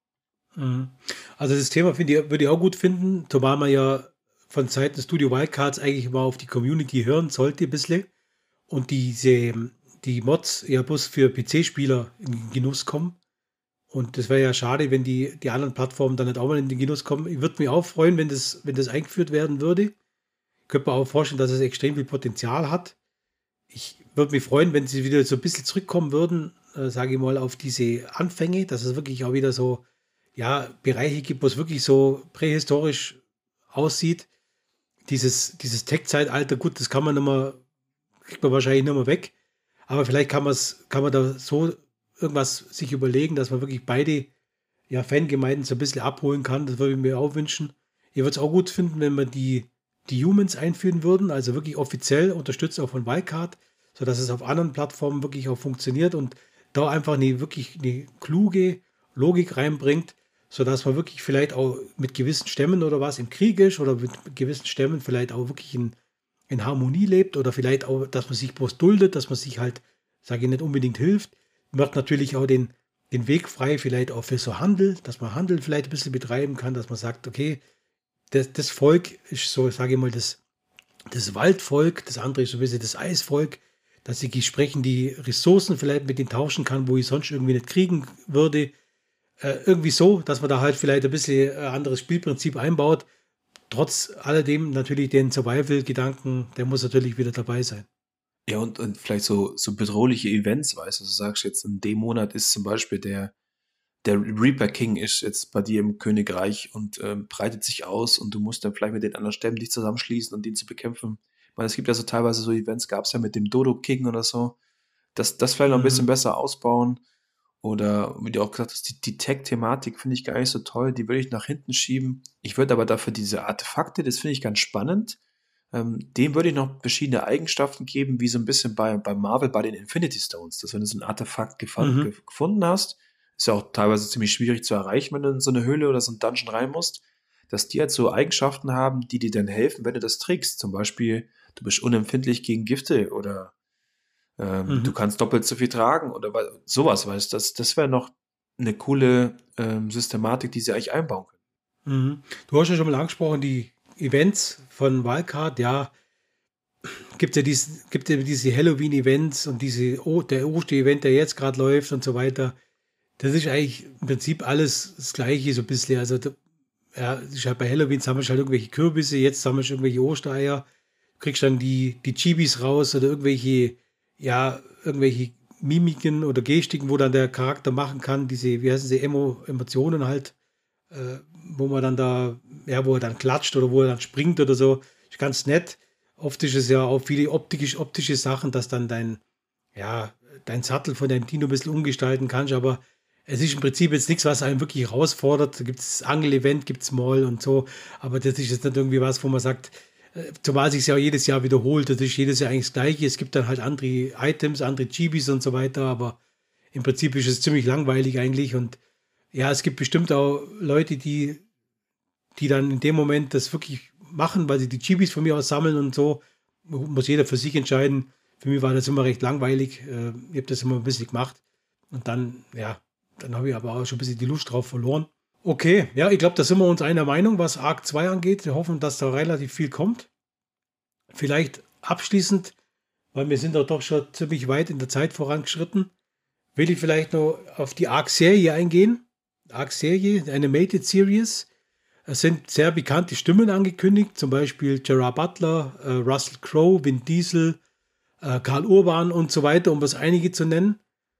S1: Also das Thema finde ich, würde ich auch gut finden, zumal man ja von Seiten des Studio Wildcards eigentlich mal auf die Community hören sollte ein bisschen und diese, die Mods ja bloß für P C-Spieler in Genuss kommen Und das wäre ja schade, wenn die, die anderen Plattformen dann nicht auch mal in den Genuss kommen. Ich würde mich auch freuen, wenn das, wenn das eingeführt werden würde. Ich könnte mir auch vorstellen, dass es extrem viel Potenzial hat. Ich würde mich freuen, wenn sie wieder so ein bisschen zurückkommen würden, äh, sage ich mal, auf diese Anfänge, dass es wirklich auch wieder so, ja, Bereiche gibt, wo es wirklich so prähistorisch aussieht. Dieses, dieses Tech-Zeitalter, gut, das kann man nicht mehr, kriegt man wahrscheinlich nicht mehr weg. Aber vielleicht kann man es, kann man da so irgendwas sich überlegen, dass man wirklich beide ja, Fangemeinden so ein bisschen abholen kann. Das würde ich mir auch wünschen. Ich würde es auch gut finden, wenn wir die, die Humans einführen würden, also wirklich offiziell unterstützt auch von Wildcard, sodass es auf anderen Plattformen wirklich auch funktioniert und da einfach eine wirklich eine kluge Logik reinbringt, sodass man wirklich vielleicht auch mit gewissen Stämmen oder was im Krieg ist oder mit gewissen Stämmen vielleicht auch wirklich in, in Harmonie lebt oder vielleicht auch, dass man sich bloß duldet, dass man sich halt, sage ich nicht unbedingt hilft. Macht natürlich auch den, den Weg frei, vielleicht auch für so Handel, dass man Handel vielleicht ein bisschen betreiben kann, dass man sagt, okay, das, das Volk ist so, sage ich mal, das, das Waldvolk, das andere ist so ein bisschen das Eisvolk, dass ich entsprechend die Ressourcen vielleicht mit denen tauschen kann, wo ich sonst irgendwie nicht kriegen würde. Äh, irgendwie so, dass man da halt vielleicht ein bisschen ein anderes Spielprinzip einbaut. Trotz alledem natürlich den Survival-Gedanken, der muss natürlich wieder dabei sein.
S2: Ja, und, und vielleicht so, so bedrohliche Events, weißt du, du sagst jetzt, in dem Monat ist zum Beispiel der, der Reaper King ist jetzt bei dir im Königreich und ähm, breitet sich aus und du musst dann vielleicht mit den anderen Stämmen dich zusammenschließen und den zu bekämpfen. Ich meine, es gibt ja so teilweise so Events, gab es ja mit dem Dodo King oder so. Das, das vielleicht noch ein bisschen
S1: Mhm.
S2: besser ausbauen. Oder wie du auch gesagt hast, die, die Tech-Thematik finde ich gar nicht so toll, die würde ich nach hinten schieben. Ich würde aber dafür diese Artefakte, das finde ich ganz spannend. Ähm, dem würde ich noch verschiedene Eigenschaften geben, wie so ein bisschen bei, bei Marvel bei den Infinity Stones. Dass wenn du so ein Artefakt gefan-
S1: Mhm.
S2: ge- gefunden hast, ist ja auch teilweise ziemlich schwierig zu erreichen, wenn du in so eine Höhle oder so einen Dungeon rein musst, dass die halt so Eigenschaften haben, die dir dann helfen, wenn du das trägst. Zum Beispiel, du bist unempfindlich gegen Gifte oder ähm, du
S1: Mhm.
S2: kannst doppelt so viel tragen oder wa- sowas, weißt du, das, das wäre noch eine coole ähm, Systematik, die sie eigentlich einbauen können.
S1: Mhm. Du hast ja schon mal angesprochen, die Events von Wildcard, ja, gibt ja, dies, gibt ja diese Halloween-Events und diese, oh, der Oster-Event, der jetzt gerade läuft und so weiter. Das ist eigentlich im Prinzip alles das Gleiche, so ein bisschen. Also, da, ja, es ist halt bei Halloween sammelst du halt irgendwelche Kürbisse, jetzt sammelst du irgendwelche Ostereier, kriegst dann die, die Chibis raus oder irgendwelche, ja, irgendwelche Mimiken oder Gestiken, wo dann der Charakter machen kann, diese, wie heißen sie, Emo, Emotionen halt, äh, wo man dann da, ja, wo er dann klatscht oder wo er dann springt oder so. Ist ganz nett. Oft ist es ja auch viele optische, optische Sachen, dass dann dein, ja, dein Sattel von deinem Dino ein bisschen umgestalten kannst, aber es ist im Prinzip jetzt nichts, was einen wirklich herausfordert. Da gibt es Angel-Event, gibt es mal und so, aber das ist jetzt nicht irgendwie was, wo man sagt, äh, zumal sich ja jedes Jahr wiederholt, das ist jedes Jahr eigentlich das Gleiche. Es gibt dann halt andere Items, andere Chibis und so weiter, aber im Prinzip ist es ziemlich langweilig eigentlich und ja, es gibt bestimmt auch Leute, die, die dann in dem Moment das wirklich machen, weil sie die Chibis von mir aus sammeln und so. Muss jeder für sich entscheiden. Für mich war das immer recht langweilig. Äh, Ich habe das immer ein bisschen gemacht. Und dann, ja, dann habe ich aber auch schon ein bisschen die Lust drauf verloren. Okay, ja, ich glaube, da sind wir uns einer Meinung, was Arc zwei angeht. Wir hoffen, dass da relativ viel kommt. Vielleicht abschließend, weil wir sind doch schon ziemlich weit in der Zeit vorangeschritten, will ich vielleicht noch auf die Arc-Serie eingehen. Arc-Serie, eine Animated Series. Es sind sehr bekannte Stimmen angekündigt, zum Beispiel Gerard Butler, äh, Russell Crowe, Vin Diesel, äh, Karl Urban und so weiter, um was einige zu nennen.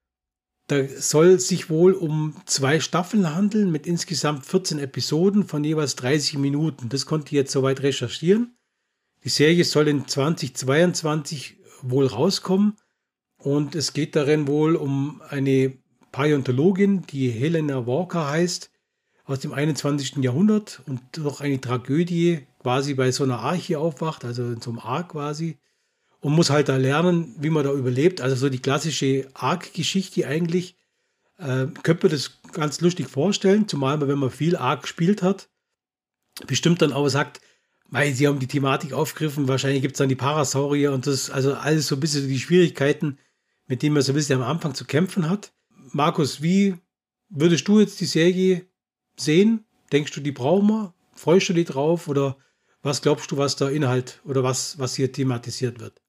S1: Da soll sich wohl um zwei Staffeln handeln mit insgesamt vierzehn Episoden von jeweils dreißig Minuten. Das konnte ich jetzt soweit recherchieren. Die Serie soll in zweitausendzweiundzwanzig wohl rauskommen und es geht darin wohl um eine Paläontologin, die Helena Walker heißt, aus dem einundzwanzigsten Jahrhundert und durch eine Tragödie quasi bei so einer Arche aufwacht, also in so einem Ark quasi, und muss halt da lernen, wie man da überlebt. Also so die klassische Ark-Geschichte eigentlich. Äh, könnte man das ganz lustig vorstellen, zumal man, wenn man viel Ark gespielt hat, bestimmt dann auch sagt, weil sie haben die Thematik aufgegriffen, wahrscheinlich gibt es dann die Parasaurier und das, also alles so ein bisschen die Schwierigkeiten, mit denen man so ein bisschen am Anfang zu kämpfen hat. Markus, wie würdest du jetzt die Serie sehen? Denkst du, die brauchen wir? Freust du dich drauf? Oder was glaubst du, was der Inhalt oder was, was hier thematisiert wird?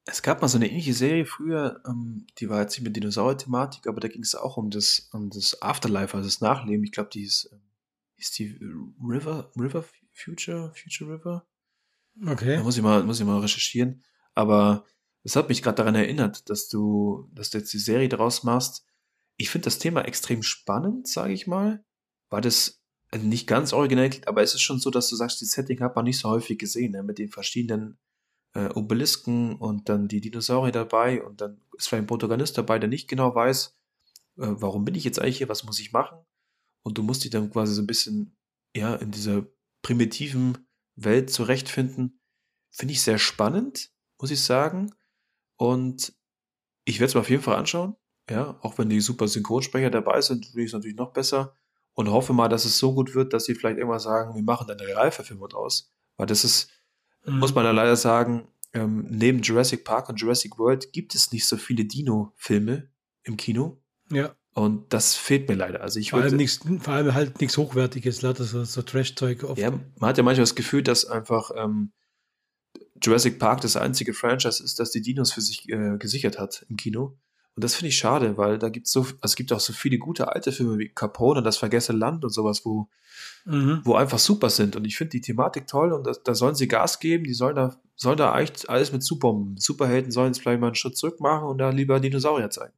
S2: Es gab mal so eine ähnliche Serie früher, ähm, die war jetzt nicht mit Dinosaurier-Thematik, aber da ging es auch um das, um das Afterlife, also das Nachleben. Ich glaube, die hieß, ähm, hieß die äh, River, River Future, Future River? Da
S1: Okay.
S2: muss ich mal, muss ich mal recherchieren. Aber es hat mich gerade daran erinnert, dass du, dass du jetzt die Serie daraus machst. Ich finde das Thema extrem spannend, sage ich mal, weil das äh, nicht ganz originell klingt, aber es ist schon so, dass du sagst, die Setting hat man nicht so häufig gesehen, ne? Mit den verschiedenen äh, Obelisken und dann die Dinosaurier dabei und dann ist vielleicht ein Protagonist dabei, der nicht genau weiß, äh, warum bin ich jetzt eigentlich hier, was muss ich machen? Und du musst dich dann quasi so ein bisschen, ja, in dieser primitiven Welt zurechtfinden. Finde ich sehr spannend, muss ich sagen. Und ich werde es mir auf jeden Fall anschauen. Ja, auch wenn die super Synchronsprecher dabei sind, finde ich es natürlich noch besser. Und hoffe mal, dass es so gut wird, dass sie vielleicht irgendwann sagen, wir machen dann eine Realverfilmung draus. Weil das ist, muss
S1: Mhm.
S2: man ja leider sagen, ähm, neben Jurassic Park und Jurassic World gibt es nicht so viele Dino-Filme im Kino.
S1: Ja.
S2: Und das fehlt mir leider. Also ich
S1: Vor allem
S2: würde,
S1: nichts, vor allem halt nichts Hochwertiges, lauter so, so Trash-Zeug oft.
S2: ja, man hat ja manchmal das Gefühl, dass einfach ähm, Jurassic Park das einzige Franchise ist, das die Dinos für sich äh, gesichert hat im Kino. Und das finde ich schade, weil da gibt es so, also es gibt auch so viele gute alte Filme wie Capone und Das vergessene Land und sowas, wo,
S1: Mhm.
S2: wo einfach super sind. Und ich finde die Thematik toll und da, da sollen sie Gas geben, die sollen da, sollen da eigentlich alles mit Superbomben. Superhelden sollen jetzt vielleicht mal einen Schritt zurück machen und da lieber Dinosaurier zeigen.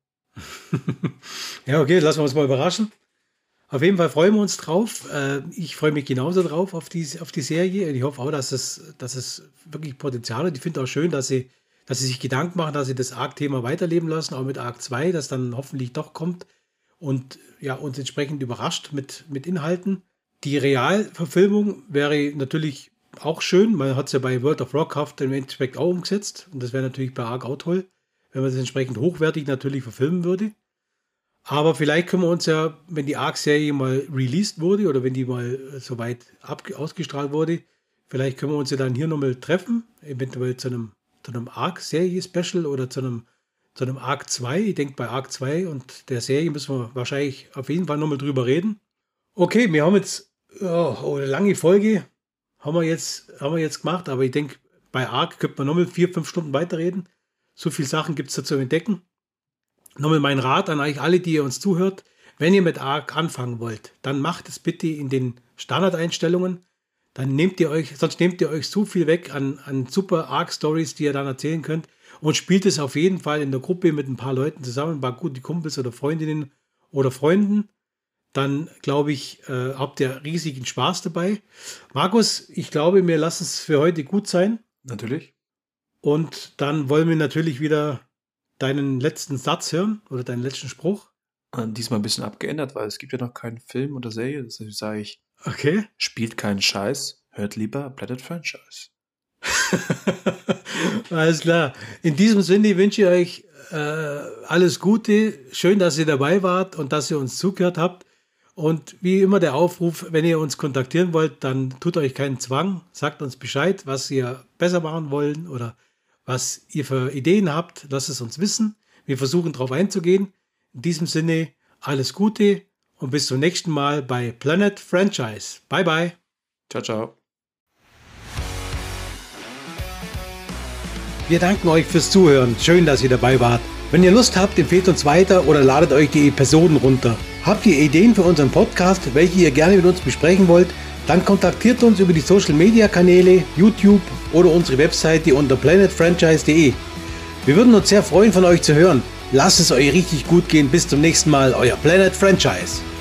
S1: Ja, okay, lassen wir uns mal überraschen. Auf jeden Fall freuen wir uns drauf. Äh, Ich freue mich genauso drauf auf die, auf die Serie. Und ich hoffe auch, dass es, dass es wirklich Potenzial hat. Ich finde auch schön, dass sie, dass sie sich Gedanken machen, dass sie das Arc-Thema weiterleben lassen, auch mit Arc zwei, das dann hoffentlich doch kommt und ja, uns entsprechend überrascht mit, mit Inhalten. Die Realverfilmung wäre natürlich auch schön. Man hat es ja bei World of Warcraft im Endeffekt auch umgesetzt. Und das wäre natürlich bei Arc auch toll, wenn man das entsprechend hochwertig natürlich verfilmen würde. Aber vielleicht können wir uns ja, wenn die Arc-Serie mal released wurde oder wenn die mal äh, soweit ab- ausgestrahlt wurde, vielleicht können wir uns ja dann hier nochmal treffen, eventuell zu einem, zu einem Arc-Serie-Special oder zu einem, zu einem Arc zwei. Ich denke, bei Arc zwei und der Serie müssen wir wahrscheinlich auf jeden Fall nochmal drüber reden. Okay, wir haben jetzt oh, oh, eine lange Folge, haben wir jetzt, haben wir jetzt gemacht, aber ich denke, bei Arc könnte man nochmal vier, fünf Stunden weiterreden. So viele Sachen gibt es da zu entdecken. Nochmal mein Rat an euch alle, die ihr uns zuhört. Wenn ihr mit Arc anfangen wollt, dann macht es bitte in den Standardeinstellungen. Dann nehmt ihr euch, sonst nehmt ihr euch so viel weg an, an super Arc-Stories, die ihr dann erzählen könnt. Und spielt es auf jeden Fall in der Gruppe mit ein paar Leuten zusammen, ein paar gute Kumpels oder Freundinnen oder Freunden. Dann, glaube ich, äh, habt ihr riesigen Spaß dabei. Markus, ich glaube, wir lassen es für heute gut sein.
S2: Natürlich.
S1: Und dann wollen wir natürlich wieder deinen letzten Satz hören oder deinen letzten Spruch.
S2: Und diesmal ein bisschen abgeändert, weil es gibt ja noch keinen Film oder Serie. Deshalb sage ich,
S1: Okay.
S2: spielt keinen Scheiß, hört lieber Planet Franchise.
S1: Alles klar. In diesem Sinne wünsche ich euch äh, alles Gute. Schön, dass ihr dabei wart und dass ihr uns zugehört habt. Und wie immer der Aufruf, wenn ihr uns kontaktieren wollt, dann tut euch keinen Zwang. Sagt uns Bescheid, was ihr besser machen wollen oder was ihr für Ideen habt. Lasst es uns wissen. Wir versuchen darauf einzugehen. In diesem Sinne alles Gute und bis zum nächsten Mal bei Planet Franchise. Bye, bye.
S2: Ciao, ciao.
S1: Wir danken euch fürs Zuhören. Schön, dass ihr dabei wart. Wenn ihr Lust habt, empfehlt uns weiter oder ladet euch die Episoden runter. Habt ihr Ideen für unseren Podcast, welche ihr gerne mit uns besprechen wollt, dann kontaktiert uns über die Social Media Kanäle, YouTube oder unsere Webseite unter planet franchise punkt de. Wir würden uns sehr freuen, von euch zu hören. Lasst es euch richtig gut gehen. Bis zum nächsten Mal, euer Planet Franchise.